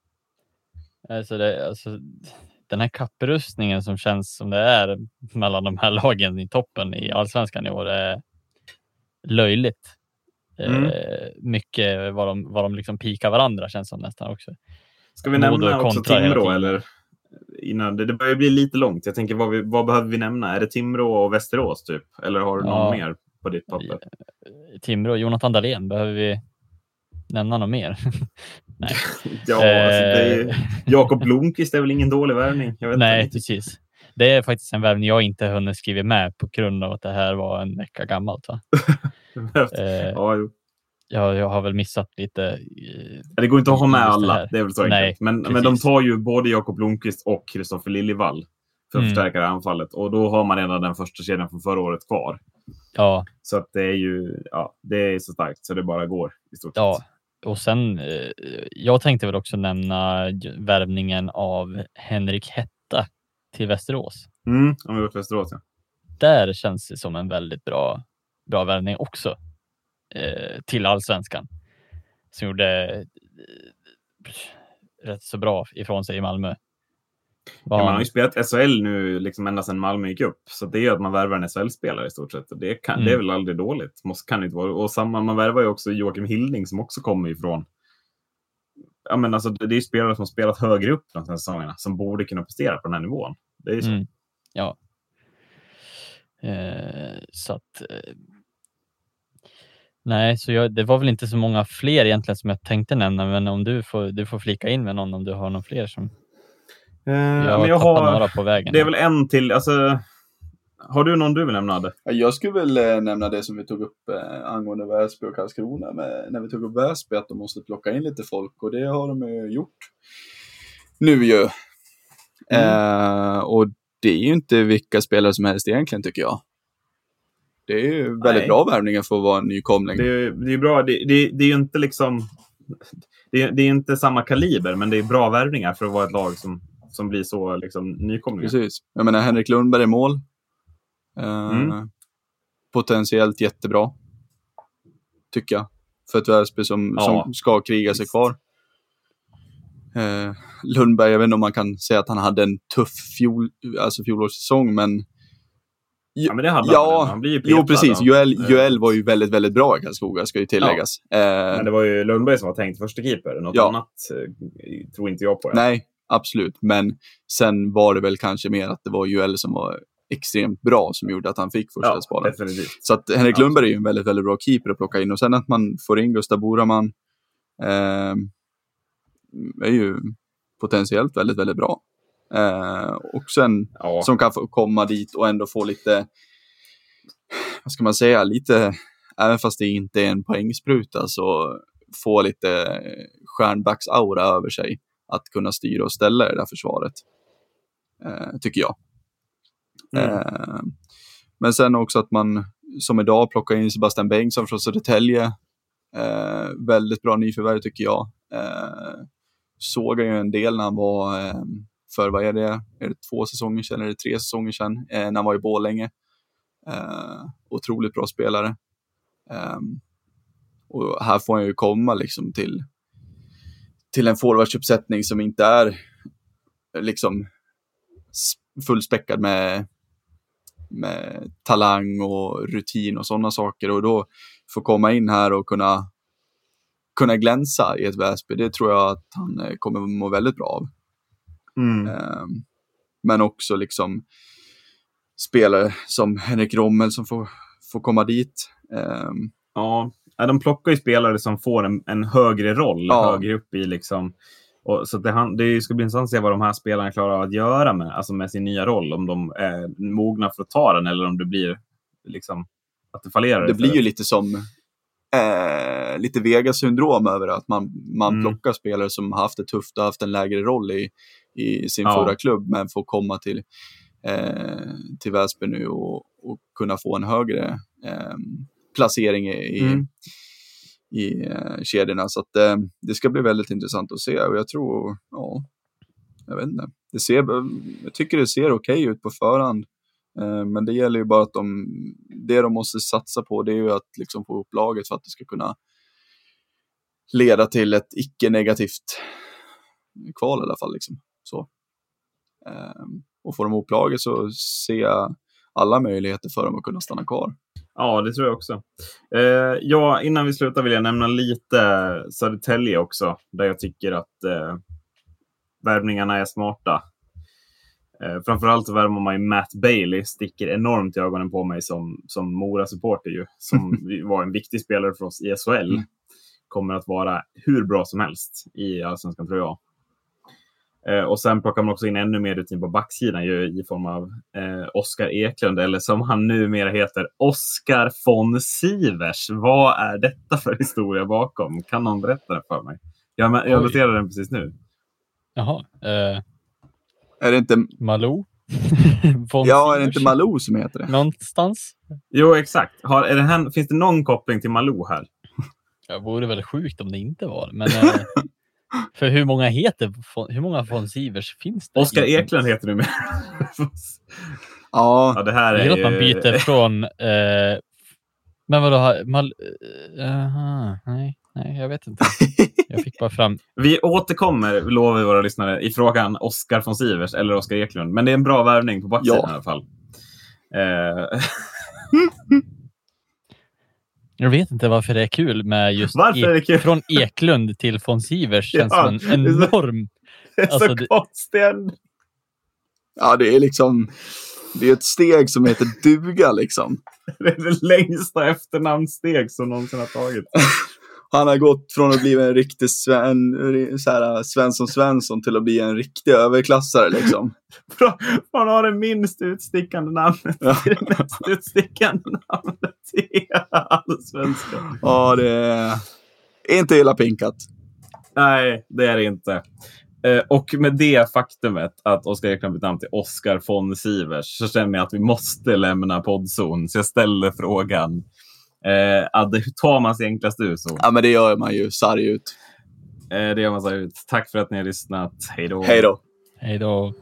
Ja. Alltså det, alltså, den här kapprustningen som känns som det är mellan de här lagen i toppen i allsvenskan i år är löjligt. Mm. Eh, mycket vad de, vad de liksom pikar varandra känns som nästan också. Ska vi nämna också Timrå eller? Innan, det, det börjar bli lite långt. Jag tänker, vad, vi, vad behöver vi nämna? Är det Timrå och Västerås typ? Eller har du någon ja. mer på ditt papper? Timrå, Jonathan Dahlén. Behöver vi nämna något mer? Nej. ja, alltså det är, Jakob Blomqvist är väl ingen dålig värvning? Jag vet Nej, inte. precis. Det är faktiskt en värvning jag inte hunnit skriva med på grund av att det här var en vecka gammalt. Va? eh, ja, jo. Jag, jag har väl missat lite. I, det går inte att ha med alla, det, det är väl så enkelt. Men, men de tar ju både Jakob Blomqvist och Kristoffer Liljevall för att mm. förstärka det anfallet. Och då har man redan den första kedjan från förra året kvar. Ja. Så att det är ju, ja, det är så starkt så det bara går i stort sett. Ja, och sen, jag tänkte väl också nämna värvningen av Henrik Hetta till Västerås. Mm, om vi går till Västerås, ja. Där känns det som en väldigt bra, bra värvning också. Till allsvenskan som gjorde eh, rätt så bra ifrån sig i Malmö. Ja, man har ju spelat S H L nu liksom ända sedan Malmö gick upp, så det gör att man värvar en S H L-spelare i stort sett. Det, kan, mm. det är väl aldrig dåligt. Måste, kan inte vara. Och samma, man värvar ju också Joakim Hilding som också kommer ifrån ja, men alltså, det är ju spelare som spelat högre upp de här säsongerna som borde kunna prestera på den här nivån. Det är ju så. Mm. Ja. Eh, så att eh, nej, så jag, det var väl inte så många fler egentligen som jag tänkte nämna, men om du får, du får flika in med någon om du har någon fler som Eh, jag, men jag tappar har några på vägen. Det är väl en till, alltså har du någon du vill nämna det? Jag skulle väl eh, nämna det som vi tog upp eh, angående Väsby och Karlskrona med, när vi tog upp Väsby, att de måste plocka in lite folk, och det har de ju gjort nu ju. Mm. Eh, och det är ju inte vilka spelare som helst egentligen, tycker jag. Det är ju väldigt Nej. bra värvningar för att vara en nykomling. Det är, det är bra, det, det, det är ju inte liksom det är, det är inte samma kaliber, men det är bra värvningar för att vara ett lag som, som blir så liksom nykomlingar. Precis. Jag menar, Henrik Lundberg i mål. Eh, mm. Potentiellt jättebra, tycker jag, för ett Väsby som, ja. som ska kriga sig kvar. eh, Lundberg, jag vet inte om man kan säga att han hade en tuff fjol, alltså fjolårssäsong, men ja, men det hade ja, han, han blir ju petad, jo precis, Joel, Joel var ju väldigt, väldigt bra i Karlskoga, ska ju tilläggas. Ja. eh, Men det var ju Lundberg som var tänkt första keeper. Något ja. annat eh, tror inte jag på det. Nej, absolut, men sen var det väl kanske mer att det var Joel som var extremt bra som gjorde att han fick första ja, spalen. Så att Henrik ja. Lundberg är ju en väldigt, väldigt bra keeper att plocka in. Och sen att man får in Gustav Boraman eh, är ju potentiellt väldigt, väldigt bra. Eh, och sen ja. som kan få komma dit och ändå få lite, vad ska man säga, lite, även fast det inte är en poängspruta, så få lite stjärnbacks-aura över sig att kunna styra och ställa det där försvaret, eh, tycker jag. Mm. Eh, men sen också att man som idag plockar in Sebastian Bengtsson från Södertälje, eh, väldigt bra nyförvärv, tycker jag. Eh, såg jag ju en del när han var eh, för vad är det, är det två säsonger sedan eller är det tre säsonger sedan, eh, när han var i Borlänge. Eh, otroligt bra spelare. Eh, och här får han ju komma liksom till till en forwardsuppsättning som inte är liksom fullspäckad med med talang och rutin och sådana saker, och då få komma in här och kunna kunna glänsa i ett Väsby, det tror jag att han kommer må väldigt bra av. Mm. Um, men också liksom spelare som Henrik Rommel som får, får komma dit. Um, ja, de plockar ju spelare som får en, en högre roll, ja. högre upp i liksom. Och så det, det ska bli intressant att se vad de här spelarna klarar av att göra med, alltså med sin nya roll, om de är mogna för att ta den eller om det blir liksom att det fallerar. Det blir ju lite som eh, lite Vegas-syndrom över att man, man mm. plockar spelare som har haft det tufft och haft en lägre roll i, i sin ja. förra klubb, men får komma till eh, till Väsby nu och, och kunna få en högre eh, placering i, mm. i eh, kedjorna. Så att eh, det ska bli väldigt intressant att se, och jag tror, ja, jag vet inte. Det ser, jag tycker det ser okej ut på förhand, eh, men det gäller ju bara att de, det de måste satsa på, det är ju att liksom få upp laget för att det ska kunna leda till ett icke-negativt kval i alla fall liksom. Så. Eh, och får de upp laget så ser jag alla möjligheter för dem att kunna stanna kvar. Ja, det tror jag också. Eh, ja, innan vi slutar vill jag nämna lite Södertälje också, där jag tycker att eh, värvningarna är smarta. Eh, framförallt så värvar man ju Matt Bailey, sticker enormt i ögonen på mig som, som Mora-supporter ju, som var en viktig spelare för oss i S H L. Mm. Kommer att vara hur bra som helst i Allsvenskan, tror jag. Eh, och sen plockar man också in ännu mer rutin på backsidan ju, i form av eh, Oskar Eklund, eller som han numera heter, Oskar von Sivers. Vad är detta för historia bakom? Kan någon berätta det för mig? Jag, jag noterade den precis nu. Jaha. Eh, är det inte Malou? Ja, är det inte Malou som heter det? Någonstans? Jo, exakt. Har, är det här, finns det någon koppling till Malou här? Det vore väl sjukt om det inte var. Men eh, för hur många heter, hur många von Sivers finns det? Oskar Eklund heter du med. Ja. Ja, det här är ju... att man byter från eh, men vadå Mal, uh, aha, nej, nej, jag vet inte. Jag fick bara fram. Vi återkommer, lovar vi våra lyssnare, i frågan Oskar von Sivers eller Oskar Eklund. Men det är en bra värvning på backsidan, ja. I alla fall. Eh. Jag vet inte varför det är kul med just Varför är det kul? från Eklund till von Sivers känns Ja, som en enorm... Det är så Alltså, det- konstigt. Ja, det är liksom, det är ett steg som heter duga liksom. Det är det längsta efternamnssteg som någonsin har tagit. Han har gått från att bli en riktig Sven, så här, Svensson Svensson till att bli en riktig överklassare liksom. Man har det minst utstickande namnet. Ja. Det är det mest utstickande namnet i hela allsvenskan. Ja, det är inte illa pinkat. Nej, det är det inte. Eh, och med det faktumet att Oskar Ekman bytt namn till Oskar von Sivers så känner jag att vi måste lämna poddzon. Så jag ställer frågan. Eh, Adde, hur tar man sig enklast ut? Så? Ja, men det gör man ju sarg ut. Eh, det gör man så ut. Tack för att ni har lyssnat. Hej då. Hej då. Hej då.